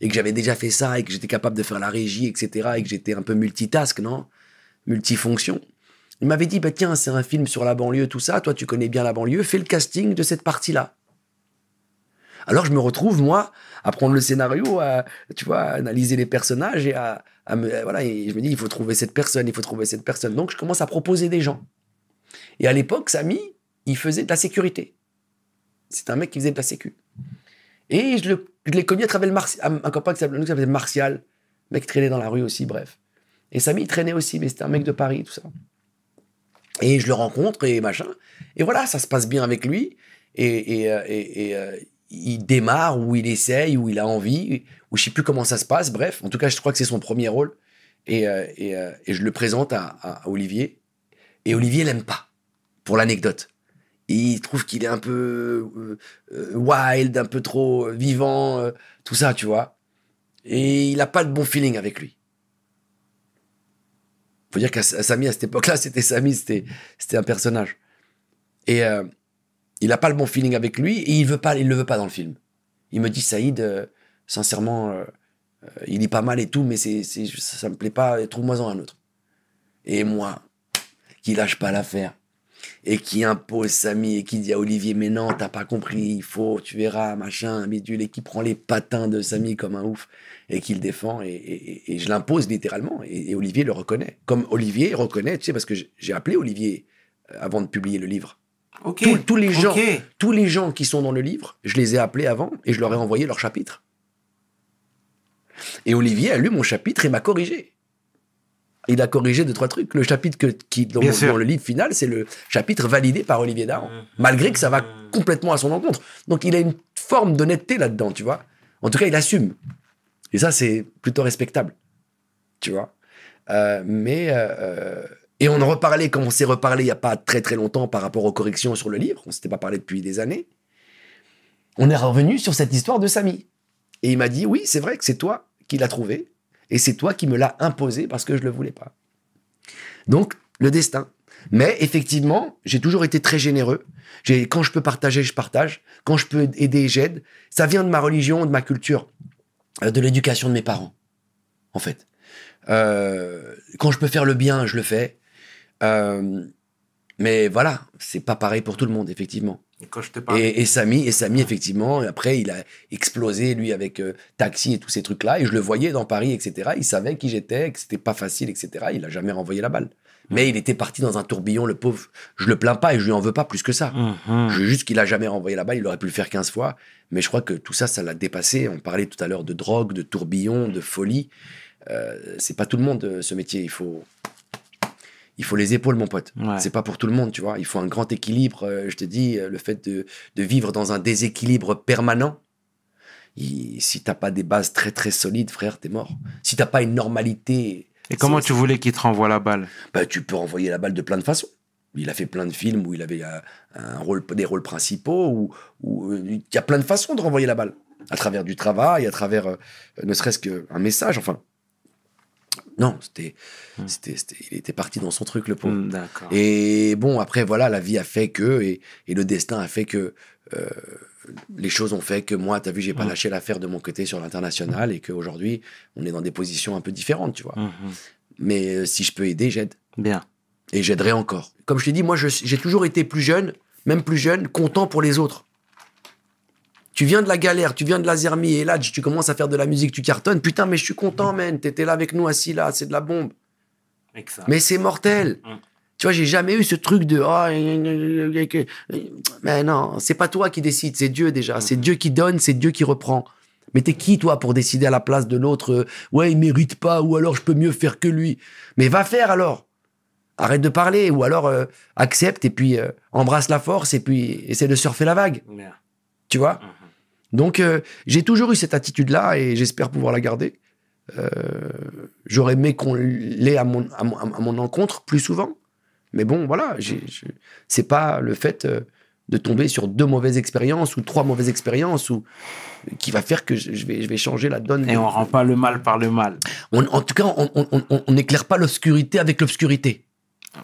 C: et que j'avais déjà fait ça, et que j'étais capable de faire la régie, etc., et que j'étais un peu multitask, non? Multifonction. Il m'avait dit, bah tiens, c'est un film sur la banlieue, tout ça, toi tu connais bien la banlieue, fais le casting de cette partie-là. Alors je me retrouve, moi, à prendre le scénario, à, tu vois, à analyser les personnages, et voilà, et je me dis, il faut trouver cette personne, il faut trouver cette personne. Donc je commence à proposer des gens. Et à l'époque, Samy, il faisait de la sécurité. C'est un mec qui faisait de la sécu. Et je l'ai connu à travers un copain qui s'appelait Martial, mec qui traînait dans la rue aussi, bref. Et Samy, il traînait aussi, mais c'était un mec de Paris, tout ça. Et je le rencontre et machin. Et voilà, ça se passe bien avec lui. Et il démarre, ou il essaye, ou il a envie, ou je sais plus comment ça se passe. Bref, en tout cas, je crois que c'est son premier rôle. Et je le présente à Olivier. Et Olivier l'aime pas, pour l'anecdote. Il trouve qu'il est un peu wild, un peu trop vivant, tout ça, tu vois. Et il n'a pas de bon feeling avec lui. Faut dire qu'à Samy, à cette époque-là, c'était Samy, c'était un personnage. Et il n'a pas le bon feeling avec lui, et il le veut pas dans le film. Il me dit, Saïd, sincèrement, il est pas mal et tout, mais ça me plaît pas, trouve-moi-en un autre. Et moi, qui lâche pas l'affaire, et qui impose Samy, et qui dit à Olivier, mais non, t'as pas compris, tu verras, machin, bidule, et qui prend les patins de Samy comme un ouf, et qui le défend, et je l'impose littéralement, et Olivier le reconnaît. Comme Olivier reconnaît, tu sais, parce que j'ai appelé Olivier avant de publier le livre.
A: Ok.
C: Tous les gens qui sont dans le livre, je les ai appelés avant, et je leur ai envoyé leur chapitre. Et Olivier a lu mon chapitre et m'a corrigé. Il a corrigé 2-3 trucs. Le chapitre dans le livre final, c'est le chapitre validé par Olivier Dahan, malgré que ça va complètement à son encontre. Donc il a une forme d'honnêteté là-dedans, tu vois. En tout cas, il assume. Et ça, c'est plutôt respectable, tu vois. Et on en reparlait, comme on s'est reparlé il n'y a pas très très longtemps par rapport aux corrections sur le livre. On ne s'était pas parlé depuis des années. On est revenu sur cette histoire de Samy. Et il m'a dit, oui, c'est vrai que c'est toi qui l'as trouvé. Et c'est toi qui me l'as imposé parce que je ne le voulais pas. Donc, le destin. Mais effectivement, j'ai toujours été très généreux. Quand je peux partager, je partage. Quand je peux aider, j'aide. Ça vient de ma religion, de ma culture, de l'éducation de mes parents, en fait. Quand je peux faire le bien, je le fais. Mais voilà, c'est pas pareil pour tout le monde, effectivement.
A: Et quand je te parle...
C: Et Samy, effectivement, après, il a explosé, lui, avec Taxi et tous ces trucs-là. Et je le voyais dans Paris, etc. Il savait qui j'étais, que c'était pas facile, etc. Il a jamais renvoyé la balle. Mais il était parti dans un tourbillon, le pauvre. Je le plains pas et je lui en veux pas plus que ça. Je veux juste qu'il a jamais renvoyé la balle. Il aurait pu le faire 15 fois. Mais je crois que tout ça, ça l'a dépassé. On parlait tout à l'heure de drogue, de tourbillon, de folie. C'est pas tout le monde, ce métier. Il faut les épaules, mon pote.
A: Ouais.
C: C'est pas pour tout le monde, tu vois. Il faut un grand équilibre. Je te dis, le fait de vivre dans un déséquilibre permanent, si t'as pas des bases très très solides, frère, t'es mort. Si t'as pas une normalité...
A: Et comment tu voulais qu'il te renvoie la balle?
C: Bah, tu peux renvoyer la balle de plein de façons. Il a fait plein de films où il avait des rôles principaux, où il y a plein de façons de renvoyer la balle. À travers du travail, à travers ne serait-ce qu'un message, enfin... Non, il était parti dans son truc, le pauvre.
A: D'accord.
C: Et bon, après, voilà, la vie a fait que, et le destin a fait que, les choses ont fait que moi, t'as vu, j'ai pas lâché l'affaire de mon côté sur l'international, et qu'aujourd'hui, on est dans des positions un peu différentes, tu vois. Mais si je peux aider, j'aide.
A: Bien.
C: Et j'aiderai encore. Comme je t'ai dit, moi, j'ai toujours été plus jeune, même plus jeune, content pour les autres. Tu viens de la galère, tu viens de la zermie, et là, tu commences à faire de la musique, tu cartonnes. Putain, mais je suis content, man. T'étais là avec nous, assis là, c'est de la bombe.
A: Exact.
C: Mais c'est mortel. Tu vois, j'ai jamais eu ce truc de... mais non, c'est pas toi qui décide, c'est Dieu déjà. C'est Dieu qui donne, c'est Dieu qui reprend. Mais t'es qui, toi, pour décider à la place de l'autre? Ouais, il mérite pas, ou alors je peux mieux faire que lui. Mais va faire alors. Arrête de parler, ou alors accepte, et puis embrasse la force, et puis essaie de surfer la vague.
A: Bien.
C: Tu vois? Donc, j'ai toujours eu cette attitude-là, et j'espère pouvoir la garder. J'aurais aimé qu'on l'ait à mon encontre plus souvent. Mais bon, voilà, c'est pas le fait de tomber sur 2 mauvaises expériences ou 3 mauvaises expériences qui va faire que je vais changer la donne.
A: Et on rend pas le mal par le mal.
C: En tout cas, on n'éclaire pas l'obscurité avec l'obscurité.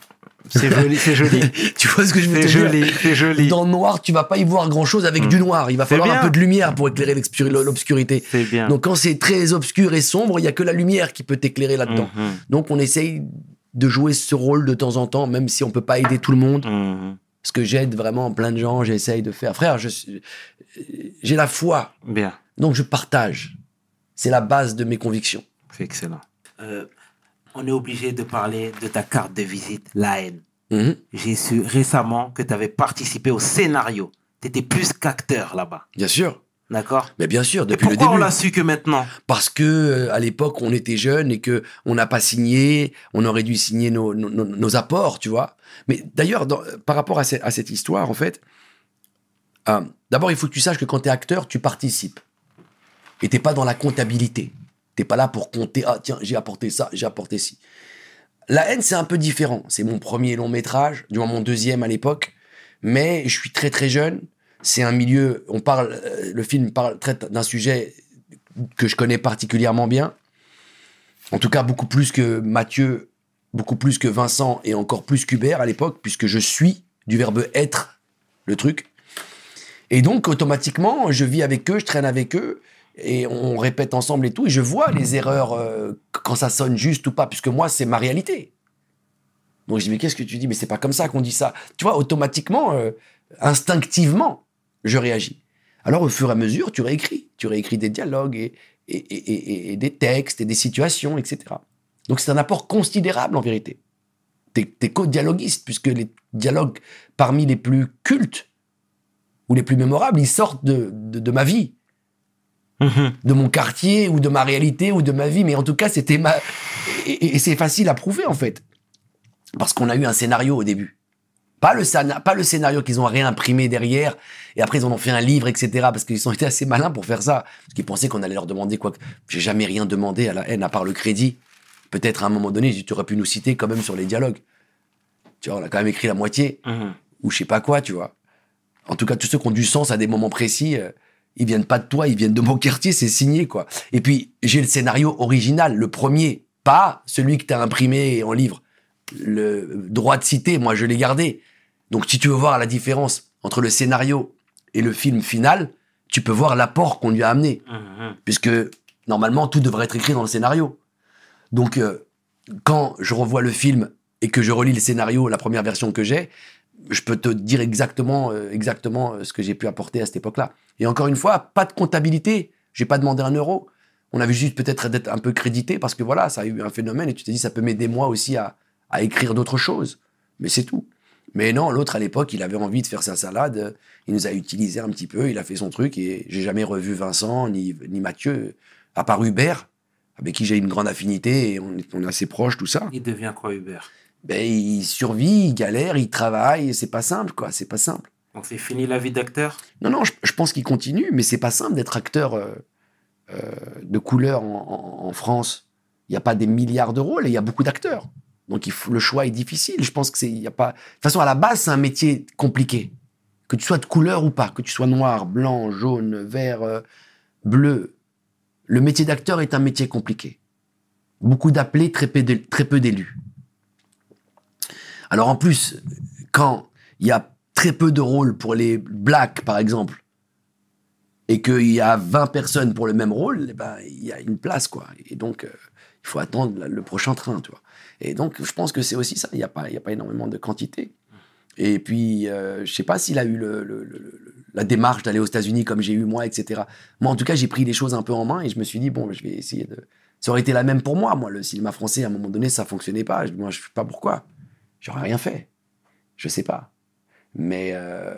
A: C'est joli, c'est joli.
C: Tu vois ce que je veux
A: C'est
C: te dire?
A: joli, c'est joli.
C: Dans le noir, tu vas pas y voir grand-chose avec du noir. Il va
A: C'est
C: falloir
A: bien.
C: un peu de lumière pour éclairer l'obscurité.
A: C'est bien.
C: Donc quand c'est très obscur et sombre, il y a que la lumière qui peut t'éclairer là-dedans.
A: Mhm.
C: Donc on essaye de jouer ce rôle de temps en temps, même si on peut pas aider tout le monde.
A: Mhm.
C: Parce que j'aide vraiment plein de gens, j'essaye de faire. Frère, j'ai la foi,
A: Bien.
C: donc je partage. C'est la base de mes convictions.
A: C'est excellent. On est obligé de parler de ta carte de visite, La Haine.
C: Mhm.
A: J'ai su récemment que tu avais participé au scénario. Tu étais plus qu'acteur là-bas.
C: Bien sûr.
A: D'accord?
C: Mais bien sûr,
A: Et
C: depuis le
A: pourquoi on
C: début.
A: l'a su que maintenant?
C: Parce que à l'époque, on était jeunes et que on n'a pas signé, on aurait dû signer nos apports, tu vois. Mais d'ailleurs, par rapport à cette histoire, en fait, d'abord, il faut que tu saches que quand tu es acteur, tu participes. Et t'es pas dans la comptabilité. T'es pas là pour compter, ah tiens, j'ai apporté ça, j'ai apporté ci. La Haine, c'est un peu différent. C'est mon premier long métrage, du moins mon deuxième à l'époque. Mais je suis très très jeune. C'est un milieu, le film traite d'un sujet que je connais particulièrement bien. En tout cas, beaucoup plus que Mathieu, beaucoup plus que Vincent et encore plus qu'Hubert à l'époque, puisque je suis du verbe être le truc. Et donc, automatiquement, je vis avec eux, je traîne avec eux, et on répète ensemble et tout, et je vois les erreurs quand ça sonne juste ou pas, puisque moi, c'est ma réalité. Donc je dis, mais qu'est-ce que tu dis? Mais c'est pas comme ça qu'on dit ça. Tu vois, automatiquement, instinctivement, je réagis. Alors, au fur et à mesure, tu réécris des dialogues et des textes et des situations, etc. Donc, c'est un apport considérable, en vérité. T'es co-dialoguiste, puisque les dialogues parmi les plus cultes ou les plus mémorables, ils sortent de ma vie, de mon quartier ou de ma réalité ou de ma vie. Mais en tout cas, c'était et c'est facile à prouver, en fait. Parce qu'on a eu un scénario au début. Pas le scénario qu'ils ont réimprimé derrière, et après ils en ont fait un livre, etc. Parce qu'ils ont été assez malins pour faire ça. Parce qu'ils pensaient qu'on allait leur demander quoi. J'ai jamais rien demandé à La Haine, à part le crédit. Peut-être à un moment donné, tu aurais pu nous citer quand même sur les dialogues. Tu vois, on a quand même écrit la moitié, ou je sais pas quoi, tu vois. En tout cas, tous ceux qui ont du sens à des moments précis, ils viennent pas de toi, ils viennent de mon quartier, c'est signé, quoi. Et puis, j'ai le scénario original, le premier, pas celui que t'as imprimé en livre. Le droit de citer, moi, je l'ai gardé. Donc, si tu veux voir la différence entre le scénario et le film final, tu peux voir l'apport qu'on lui a amené. Puisque, normalement, tout devrait être écrit dans le scénario. Donc, quand je revois le film et que je relis le scénario, la première version que j'ai, je peux te dire exactement ce que j'ai pu apporter à cette époque-là. Et encore une fois, pas de comptabilité. J'ai pas demandé un euro. On avait juste peut-être d'être un peu crédité parce que voilà, ça a eu un phénomène et tu t'es dit, ça peut m'aider moi aussi à écrire d'autres choses. Mais c'est tout. Mais non, l'autre, à l'époque, il avait envie de faire sa salade. Il nous a utilisé un petit peu. Il a fait son truc. Et j'ai jamais revu Vincent ni Mathieu, à part Hubert, avec qui j'ai une grande affinité. Et on est assez proches, tout ça.
A: Il devient quoi, Hubert?
C: Ben, il survit, il galère, il travaille. C'est pas simple, quoi. C'est pas simple.
A: Donc c'est fini la vie d'acteur?
C: Non, je pense qu'il continue. Mais c'est pas simple d'être acteur de couleur en France. Il n'y a pas des milliards de rôles et il y a beaucoup d'acteurs. Donc le choix est difficile. Je pense que il y a pas. De toute façon, à la base, c'est un métier compliqué. Que tu sois de couleur ou pas, que tu sois noir, blanc, jaune, vert, bleu, le métier d'acteur est un métier compliqué. Beaucoup d'appelés, très peu d'élus. Alors en plus, quand il y a très peu de rôles pour les blacks, par exemple, et qu'il y a 20 personnes pour le même rôle, eh ben, il y a une place, quoi. Et donc, il faut attendre le prochain train, tu vois. Et donc, je pense que c'est aussi ça. Il n'y a pas énormément de quantité. Et puis, je ne sais pas s'il a eu la démarche d'aller aux États-Unis comme j'ai eu moi, etc. Moi, en tout cas, j'ai pris les choses un peu en main et je me suis dit, bon, je vais essayer de... Ça aurait été la même pour moi. Moi, le cinéma français, à un moment donné, ça ne fonctionnait pas. Moi, je ne sais pas pourquoi. J'aurais rien fait. Je ne sais pas. Mais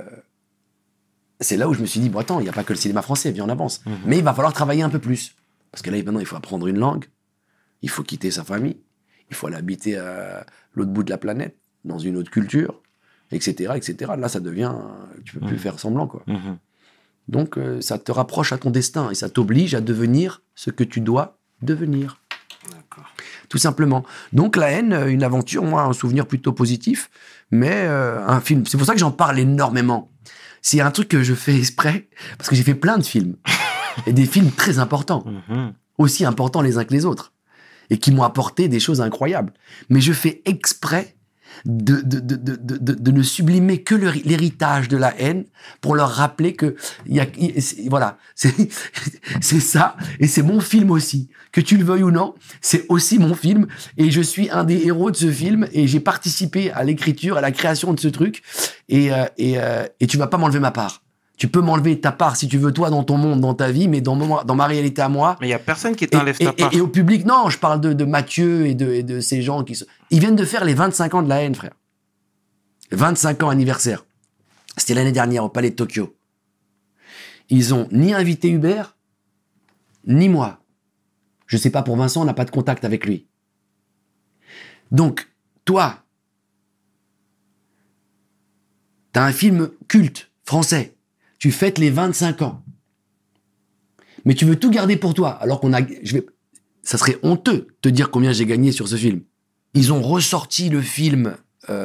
C: c'est là où je me suis dit, bon, attends, il n'y a pas que le cinéma français, viens, on avance. Mais il va falloir travailler un peu plus. Parce que là, maintenant, il faut apprendre une langue. Il faut quitter sa famille. Il faut aller habiter à l'autre bout de la planète, dans une autre culture, etc., etc. Là, ça devient... Tu peux plus faire semblant, quoi. Donc, ça te rapproche à ton destin et ça t'oblige à devenir ce que tu dois devenir.
A: D'accord.
C: Tout simplement. Donc, La Haine, une aventure, moi, un souvenir plutôt positif, mais un film. C'est pour ça que j'en parle énormément. C'est un truc que je fais exprès, parce que j'ai fait plein de films. Et des films très importants. Aussi importants les uns que les autres. Et qui m'ont apporté des choses incroyables. Mais je fais exprès de ne sublimer que l'héritage de la haine pour leur rappeler que voilà, c'est ça, et c'est mon film aussi. Que tu le veuilles ou non, c'est aussi mon film, et je suis un des héros de ce film, et j'ai participé à l'écriture, à la création de ce truc, et tu vas pas m'enlever ma part. Tu peux m'enlever ta part si tu veux, toi, dans ton monde, dans ta vie, mais dans ma réalité à moi.
A: Mais il n'y a personne qui t'enlève ta part.
C: Et au public, non, je parle de Mathieu et de ces gens Ils viennent de faire les 25 ans de la haine, frère. 25 ans anniversaire. C'était l'année dernière au Palais de Tokyo. Ils ont ni invité Hubert, ni moi. Je sais pas, pour Vincent, on n'a pas de contact avec lui. Donc, toi, t'as un film culte, français. Tu fêtes les 25 ans. Mais tu veux tout garder pour toi, alors ça serait honteux de te dire combien j'ai gagné sur ce film. Ils ont ressorti le film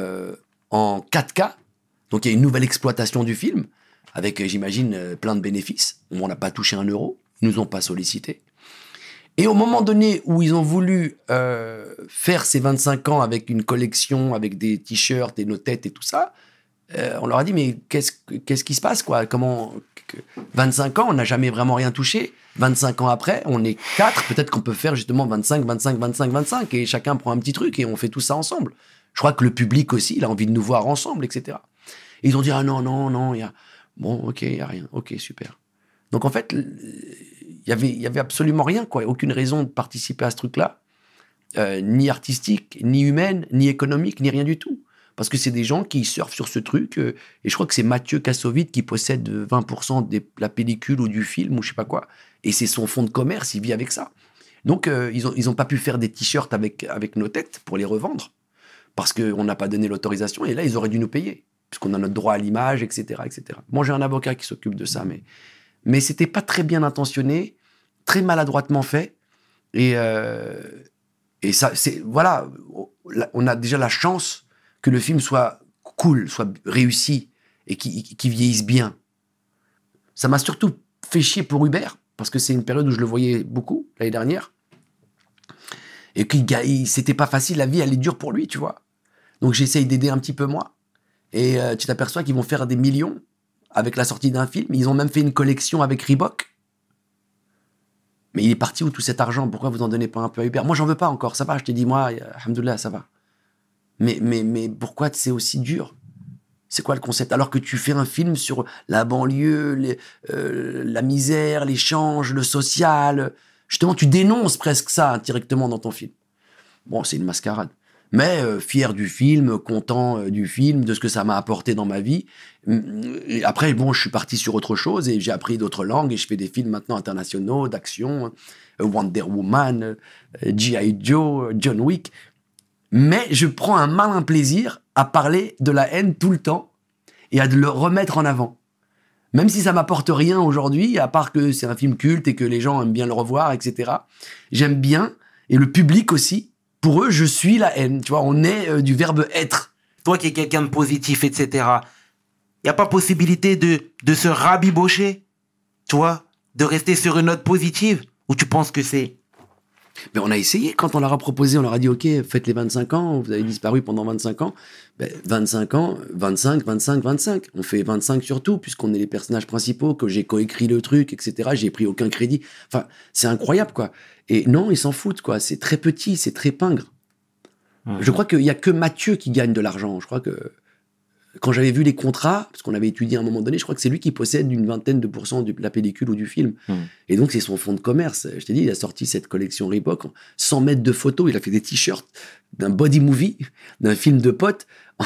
C: en 4K, donc il y a une nouvelle exploitation du film, avec, j'imagine, plein de bénéfices. On n'a pas touché 1 euro, ils nous ont pas sollicité. Et au moment donné où ils ont voulu faire ces 25 ans avec une collection, avec des t-shirts et nos têtes et tout ça, on leur a dit, mais qu'est-ce qui se passe, quoi? 25 ans, on n'a jamais vraiment rien touché. 25 ans après, on est 4, peut-être qu'on peut faire justement 25, 25, 25, 25, et chacun prend un petit truc et on fait tout ça ensemble. Je crois que le public aussi, il a envie de nous voir ensemble, etc. Et ils ont dit, ah non, il y a... Bon, ok, il n'y a rien. Ok, super. Donc en fait, il y avait absolument rien, quoi. Aucune raison de participer à ce truc-là. Ni artistique, ni humaine, ni économique, ni rien du tout. Parce que c'est des gens qui surfent sur ce truc. Et je crois que c'est Mathieu Kassovitz qui possède 20% de la pellicule ou du film ou je sais pas quoi. Et c'est son fonds de commerce, il vit avec ça. Donc, ils ont pas pu faire des t-shirts avec nos têtes pour les revendre. Parce qu'on n'a pas donné l'autorisation. Et là, ils auraient dû nous payer. Puisqu'on a notre droit à l'image, etc., etc. Bon, j'ai un avocat qui s'occupe de ça, mais c'était pas très bien intentionné, très maladroitement fait. Et ça, voilà, on a déjà la chance que le film soit cool, soit réussi et qui vieillisse bien. Ça m'a surtout fait chier pour Hubert, parce que c'est une période où je le voyais beaucoup, l'année dernière, et c'était pas facile, la vie, elle est dure pour lui, tu vois. Donc j'essaye d'aider un petit peu moi, et tu t'aperçois qu'ils vont faire des millions avec la sortie d'un film. Ils ont même fait une collection avec Reebok. Mais il est parti où tout cet argent? Pourquoi vous en donnez pas un peu à Hubert? Moi, j'en veux pas encore, ça va, je te dis, moi, alhamdoulilah, ça va. Mais pourquoi c'est aussi dur? C'est quoi le concept? Alors que tu fais un film sur la banlieue, la misère, l'échange, le social. Justement, tu dénonces presque ça indirectement dans ton film. Bon, c'est une mascarade. Mais fier du film, content du film, de ce que ça m'a apporté dans ma vie. Et après, bon, je suis parti sur autre chose et j'ai appris d'autres langues et je fais des films maintenant internationaux, d'action, Wonder Woman, G.I. Joe, John Wick. Mais je prends un malin plaisir à parler de la haine tout le temps et à de le remettre en avant. Même si ça m'apporte rien aujourd'hui, à part que c'est un film culte et que les gens aiment bien le revoir, etc. J'aime bien, et le public aussi, pour eux, je suis la haine. Tu vois, on est du verbe être.
A: Toi qui es quelqu'un de positif, etc., il n'y a pas possibilité de se rabibocher, tu vois, de rester sur une note positive, ou tu penses que c'est...
C: Mais on a essayé, quand on leur a proposé, on leur a dit, ok, faites les 25 ans, vous avez disparu pendant 25 ans. 25 ans, 25, 25, 25. On fait 25 surtout, puisqu'on est les personnages principaux, que j'ai coécrit le truc, etc. J'ai pris aucun crédit. Enfin, c'est incroyable, quoi. Et non, ils s'en foutent, quoi. C'est très petit, c'est très pingre. Je crois qu'il n'y a que Mathieu qui gagne de l'argent. Je crois que quand j'avais vu les contrats, parce qu'on avait étudié à un moment donné, je crois que c'est lui qui possède une vingtaine de pourcents de la pellicule ou du film. Et donc, c'est son fonds de commerce. Je t'ai dit, il a sorti cette collection Reebok, 100 mètres de photos, il a fait des t-shirts d'un body movie, d'un film de potes,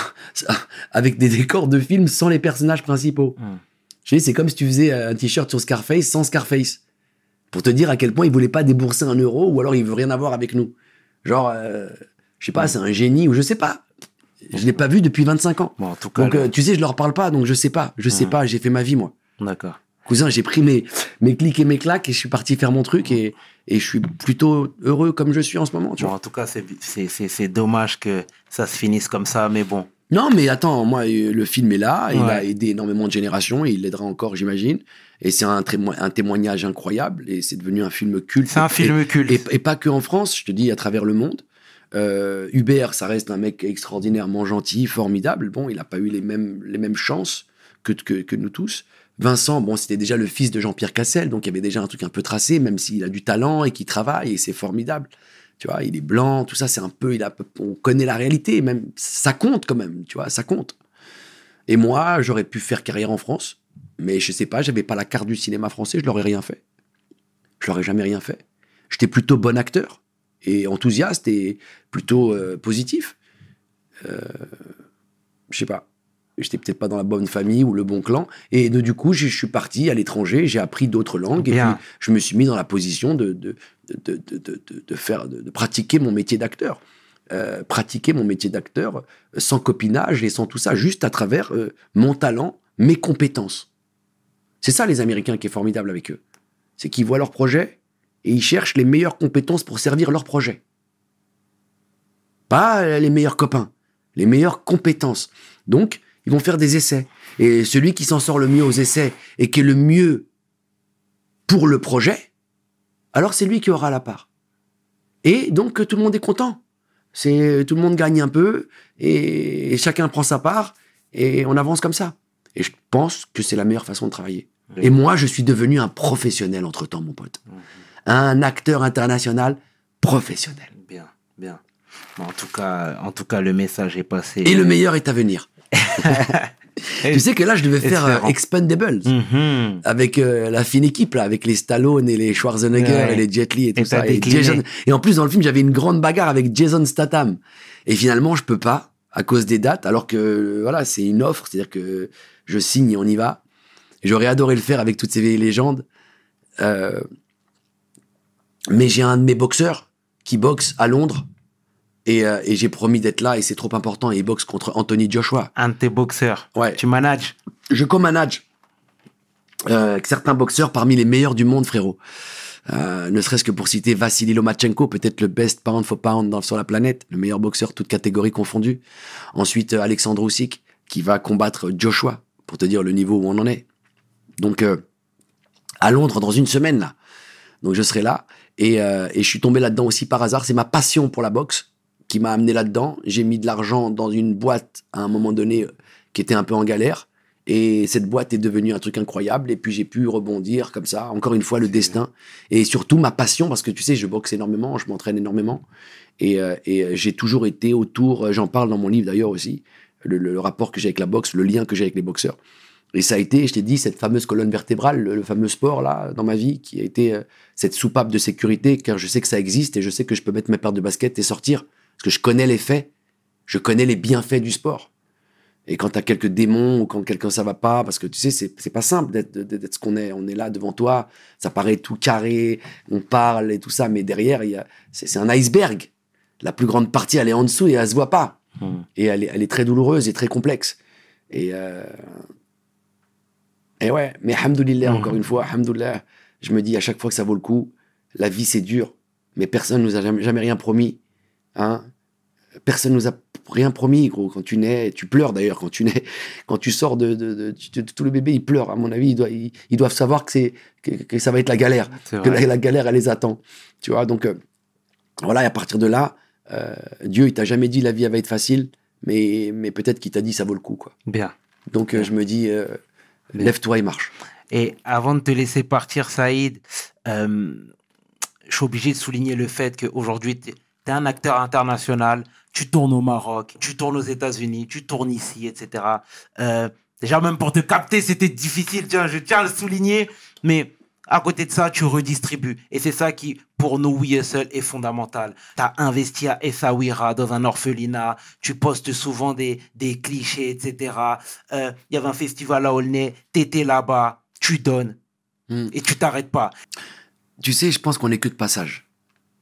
C: avec des décors de films sans les personnages principaux. Je t'ai dit, c'est comme si tu faisais un t-shirt sur Scarface sans Scarface. Pour te dire à quel point il voulait pas débourser 1 euro, ou alors il veut rien avoir avec nous. Genre, je sais pas, c'est un génie, ou je sais pas. Je l'ai pas vu depuis 25 ans.
A: Bon, en tout cas,
C: donc, tu sais, je leur parle pas, donc je sais pas. Je sais pas, j'ai fait ma vie, moi.
A: D'accord.
C: Cousin, j'ai pris mes clics et mes claques et je suis parti faire mon truc et je suis plutôt heureux comme je suis en ce moment, tu vois.
A: En tout cas, c'est dommage que ça se finisse comme ça, mais bon.
C: Non, mais attends, moi, le film est là, il a aidé énormément de générations et il l'aidera encore, j'imagine. Et c'est un témoignage incroyable et c'est devenu un film culte.
A: C'est un film culte.
C: Et pas que en France, je te dis, à travers le monde. Hubert, ça reste un mec extraordinairement gentil, formidable. Bon, il n'a pas eu les mêmes chances que nous tous. Vincent, bon, c'était déjà le fils de Jean-Pierre Cassel, donc il y avait déjà un truc un peu tracé, même s'il a du talent et qu'il travaille, et c'est formidable. Tu vois, il est blanc, tout ça, c'est un peu, on connaît la réalité, même, ça compte quand même, tu vois, ça compte. Et moi, j'aurais pu faire carrière en France, mais je sais pas, j'avais pas la carte du cinéma français, je l'aurais rien fait. Je l'aurais jamais rien fait. J'étais plutôt bon acteur, et enthousiaste, et plutôt positif. Je sais pas. J'étais peut-être pas dans la bonne famille ou le bon clan. Et du coup, je suis parti à l'étranger, j'ai appris d'autres langues.
A: Bien.
C: Et puis, je me suis mis dans la position de pratiquer mon métier d'acteur. Pratiquer mon métier d'acteur sans copinage et sans tout ça, juste à travers mon talent, mes compétences. C'est ça, les Américains, qui est formidable avec eux. C'est qu'ils voient leur projet et ils cherchent les meilleures compétences pour servir leur projet. Pas les meilleurs copains, les meilleures compétences. Donc, ils vont faire des essais. Et celui qui s'en sort le mieux aux essais et qui est le mieux pour le projet, alors c'est lui qui aura la part. Et donc, tout le monde est content. Tout le monde gagne un peu et chacun prend sa part et on avance comme ça. Et je pense que c'est la meilleure façon de travailler. Oui. Et moi, je suis devenu un professionnel entre-temps, mon pote. Un acteur international professionnel.
A: Bien, bien. Bon, en tout cas, le message est passé.
C: Et le meilleur est à venir. Tu sais que là, je devais faire Expendables avec la fine équipe, là, avec les Stallone et les Schwarzenegger et les Jet Li et tout ça. Et en plus, dans le film, j'avais une grande bagarre avec Jason Statham. Et finalement, je peux pas à cause des dates, alors que voilà, c'est une offre, c'est-à-dire que je signe et on y va. J'aurais adoré le faire avec toutes ces vieilles légendes. Mais j'ai un de mes boxeurs qui boxe à Londres. Et j'ai promis d'être là et c'est trop important. Et il boxe contre Anthony Joshua.
A: Un de tes boxeurs.
C: Ouais.
A: Tu manages.
C: Je co-manage avec certains boxeurs parmi les meilleurs du monde, frérot. Ne serait-ce que pour citer Vassili Lomachenko, peut-être le best pound for pound sur la planète, le meilleur boxeur, toutes catégories confondues. Ensuite, Alexandre Usyk, qui va combattre Joshua, pour te dire le niveau où on en est. Donc, à Londres, dans une semaine, là. Donc, je serai là. Et je suis tombé là-dedans aussi par hasard. C'est ma passion pour la boxe qui m'a amené là-dedans. J'ai mis de l'argent dans une boîte à un moment donné qui était un peu en galère. Et cette boîte est devenue un truc incroyable. Et puis j'ai pu rebondir comme ça. Encore une fois, le destin. Et surtout ma passion, parce que tu sais, je boxe énormément, je m'entraîne énormément. Et j'ai toujours été autour, j'en parle dans mon livre d'ailleurs aussi, le rapport que j'ai avec la boxe, le lien que j'ai avec les boxeurs. Et ça a été, je t'ai dit, cette fameuse colonne vertébrale, le fameux sport là dans ma vie, qui a été cette soupape de sécurité, car je sais que ça existe et je sais que je peux mettre mes paires de baskets et sortir. Parce que je connais les faits, je connais les bienfaits du sport. Et quand t'as quelques démons ou quand quelqu'un ça va pas, parce que tu sais, c'est pas simple d'être ce qu'on est. On est là devant toi, ça paraît tout carré, on parle et tout ça, mais derrière, c'est un iceberg. La plus grande partie, elle est en dessous et elle se voit pas. Et elle est très douloureuse et très complexe. Et ouais, mais alhamdoulilah, encore une fois, alhamdoulilah, je me dis à chaque fois que ça vaut le coup, la vie c'est dur, mais personne nous a jamais rien promis. Hein? Personne nous a rien promis, gros. Quand tu nais, tu pleures d'ailleurs quand tu nais. Quand tu sors tous les bébés, ils pleurent. À mon avis, ils doivent savoir que ça va être la galère, que la galère, elle les attend. Tu vois, donc voilà. Et à partir de là, Dieu, il t'a jamais dit la vie elle va être facile, mais peut-être qu'il t'a dit ça vaut le coup, quoi.
A: Bien.
C: Donc je me dis, lève-toi et marche.
A: Et avant de te laisser partir, Saïd, je suis obligé de souligner le fait qu'aujourd'hui, t'es un acteur international, tu tournes au Maroc, tu tournes aux États-Unis, tu tournes ici, etc. Déjà, même pour te capter, c'était difficile, je tiens à le souligner, mais à côté de ça, tu redistribues. Et c'est ça qui, pour nous, We Hustle, est fondamental. Tu as investi à Essaouira, dans un orphelinat, tu postes souvent des clichés, etc. Il y avait un festival à Aulnay, t'étais là-bas, tu donnes, et tu t'arrêtes pas.
C: Tu sais, je pense qu'on n'est que de passage, d'accord ?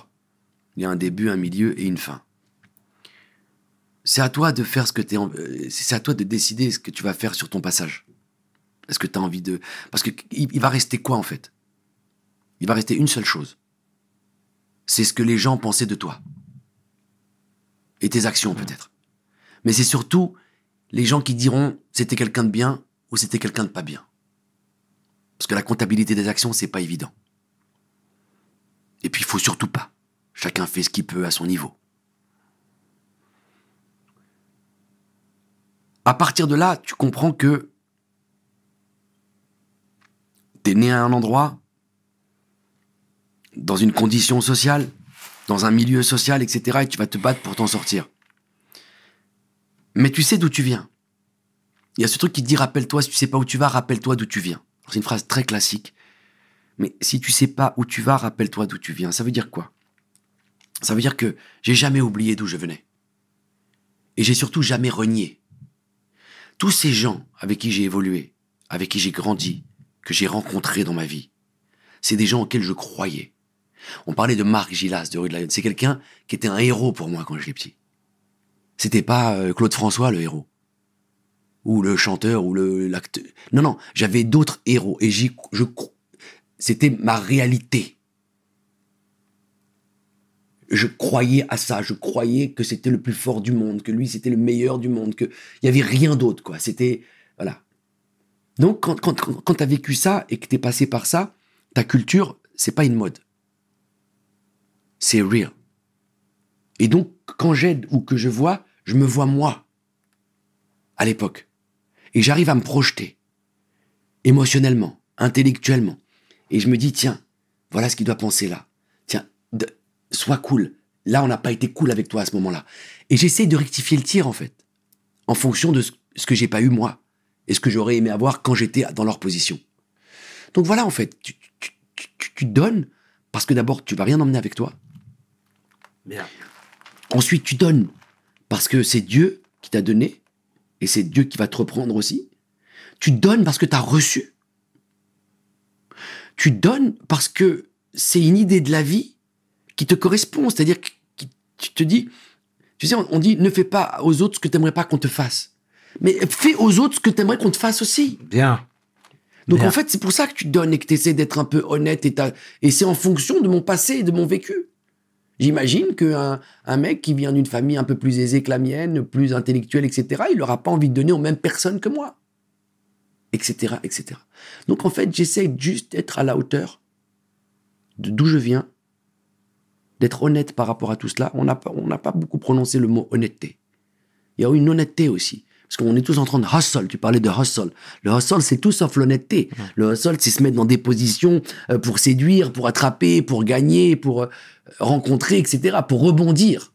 C: Il y a un début, un milieu et une fin. C'est à toi de faire c'est à toi de décider ce que tu vas faire sur ton passage. Est-ce que tu as envie de... Parce qu'il va rester quoi, en fait ? Il va rester une seule chose. C'est ce que les gens pensaient de toi. Et tes actions, peut-être. Mais c'est surtout les gens qui diront c'était quelqu'un de bien ou c'était quelqu'un de pas bien. Parce que la comptabilité des actions, c'est pas évident. Et puis, il faut surtout pas. Chacun fait ce qu'il peut à son niveau. À partir de là, tu comprends que t'es né à un endroit, dans une condition sociale, dans un milieu social, etc. et tu vas te battre pour t'en sortir. Mais tu sais d'où tu viens. Il y a ce truc qui te dit, rappelle-toi, si tu sais pas où tu vas, rappelle-toi d'où tu viens. C'est une phrase très classique. Mais si tu sais pas où tu vas, rappelle-toi d'où tu viens. Ça veut dire quoi? Ça veut dire que j'ai jamais oublié d'où je venais. Et j'ai surtout jamais renié. Tous ces gens avec qui j'ai évolué, avec qui j'ai grandi, que j'ai rencontrés dans ma vie, c'est des gens auxquels je croyais. On parlait de Marc Gilas de Rue de la Lionne. C'est quelqu'un qui était un héros pour moi quand j'étais petit. C'était pas Claude François le héros. Ou le chanteur, ou l'acteur. Non, j'avais d'autres héros. Et c'était ma réalité. Je croyais à ça. Je croyais que c'était le plus fort du monde, que lui, c'était le meilleur du monde, qu'il n'y avait rien d'autre, quoi. C'était... Voilà. Donc, quand tu as vécu ça et que tu es passé par ça, ta culture, c'est pas une mode. C'est real. Et donc, quand j'aide ou que je vois, je me vois moi, à l'époque. Et j'arrive à me projeter, émotionnellement, intellectuellement. Et je me dis, tiens, voilà ce qu'il doit penser là. Tiens, sois cool. Là, on n'a pas été cool avec toi à ce moment-là. Et j'essaie de rectifier le tir, en fait, en fonction de ce que j'ai pas eu moi, et ce que j'aurais aimé avoir quand j'étais dans leur position. Donc voilà, en fait, tu donnes, parce que d'abord, tu vas rien emmener avec toi.
A: Bien.
C: Ensuite, tu donnes, parce que c'est Dieu qui t'a donné, et c'est Dieu qui va te reprendre aussi. Tu donnes parce que tu as reçu. Tu donnes parce que c'est une idée de la vie qui te correspond. C'est-à-dire que tu te dis, tu sais, on dit, ne fais pas aux autres ce que tu n'aimerais pas qu'on te fasse. Mais fais aux autres ce que tu aimerais qu'on te fasse aussi.
A: Bien.
C: Donc
A: Bien.
C: en fait, c'est pour ça que tu donnes et que tu essaies d'être un peu honnête. Et c'est en fonction de mon passé et de mon vécu. J'imagine qu'un mec qui vient d'une famille un peu plus aisée que la mienne, plus intellectuelle, etc., il n'aura pas envie de donner aux mêmes personnes que moi. Etc., etc. Donc en fait, j'essaie juste d'être à la hauteur d'où je viens, d'être honnête par rapport à tout cela. On n'a pas beaucoup prononcé le mot honnêteté. Il y a une honnêteté aussi. Parce qu'on est tous en train de hustle. Tu parlais de hustle. Le hustle, c'est tout sauf l'honnêteté. Le hustle, c'est se mettre dans des positions pour séduire, pour attraper, pour gagner, pour rencontrer, etc., pour rebondir.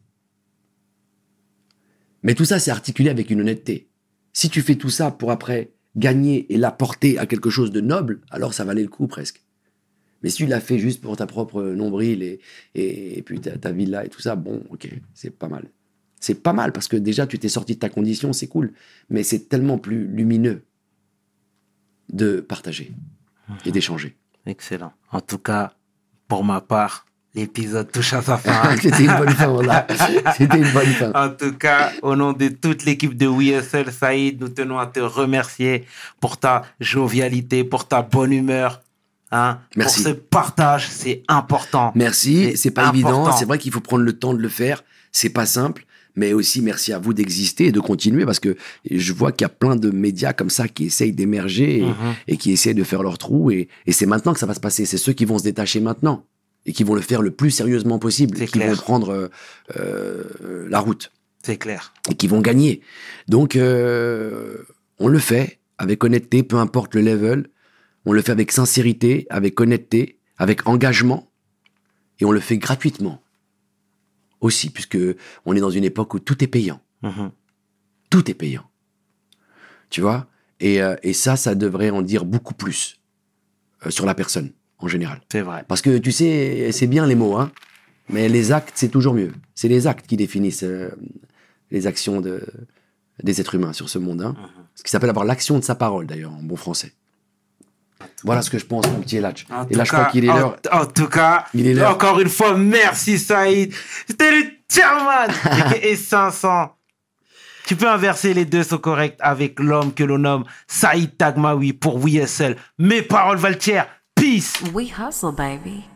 C: Mais tout ça, c'est articulé avec une honnêteté. Si tu fais tout ça pour après gagner et l'apporter à quelque chose de noble, alors ça valait le coup presque. Mais si tu l'as fait juste pour ta propre nombril et puis ta villa et tout ça, bon, ok, c'est pas mal. C'est pas mal parce que déjà, tu t'es sorti de ta condition, c'est cool. Mais c'est tellement plus lumineux de partager et d'échanger.
A: Excellent. En tout cas, pour ma part, l'épisode touche à sa fin.
C: C'était une bonne fin, là. C'était une bonne fin.
A: En tout cas, au nom de toute l'équipe de WeSL, Saïd, nous tenons à te remercier pour ta jovialité, pour ta bonne humeur. Hein,
C: Merci.
A: Pour ce partage, c'est important.
C: Merci, c'est pas
A: important.
C: évident. C'est vrai qu'il faut prendre le temps de le faire. C'est pas simple. Mais aussi, merci à vous d'exister et de continuer parce que je vois qu'il y a plein de médias comme ça qui essayent d'émerger et qui essayent de faire leur trou. Et c'est maintenant que ça va se passer. C'est ceux qui vont se détacher maintenant et qui vont le faire le plus sérieusement possible,
A: C'est
C: qui
A: clair.
C: vont prendre la route
A: C'est clair.
C: et qui vont gagner. Donc, on le fait avec honnêteté, peu importe le level. On le fait avec sincérité, avec honnêteté, avec engagement et on le fait gratuitement. Aussi, puisque on est dans une époque où tout est payant. Tout est payant. Tu vois ? Et ça devrait en dire beaucoup plus sur la personne, en général.
A: C'est vrai.
C: Parce que, tu sais, c'est bien les mots, hein, mais les actes, c'est toujours mieux. C'est les actes qui définissent les actions des êtres humains sur ce monde. Hein. Ce qui s'appelle avoir l'action de sa parole, d'ailleurs, en bon français. Voilà ce que je pense, mon petit Eladj. Et là, je crois qu'il est l'heure.
A: En tout cas,
C: Il est l'heure.
A: encore une fois, merci Saïd. C'était le chairman et 500. Tu peux inverser, les deux sont corrects avec l'homme que l'on nomme Saïd Tagmaoui pour WeSL. Mes paroles valent cher. Peace.
B: We hustle, baby.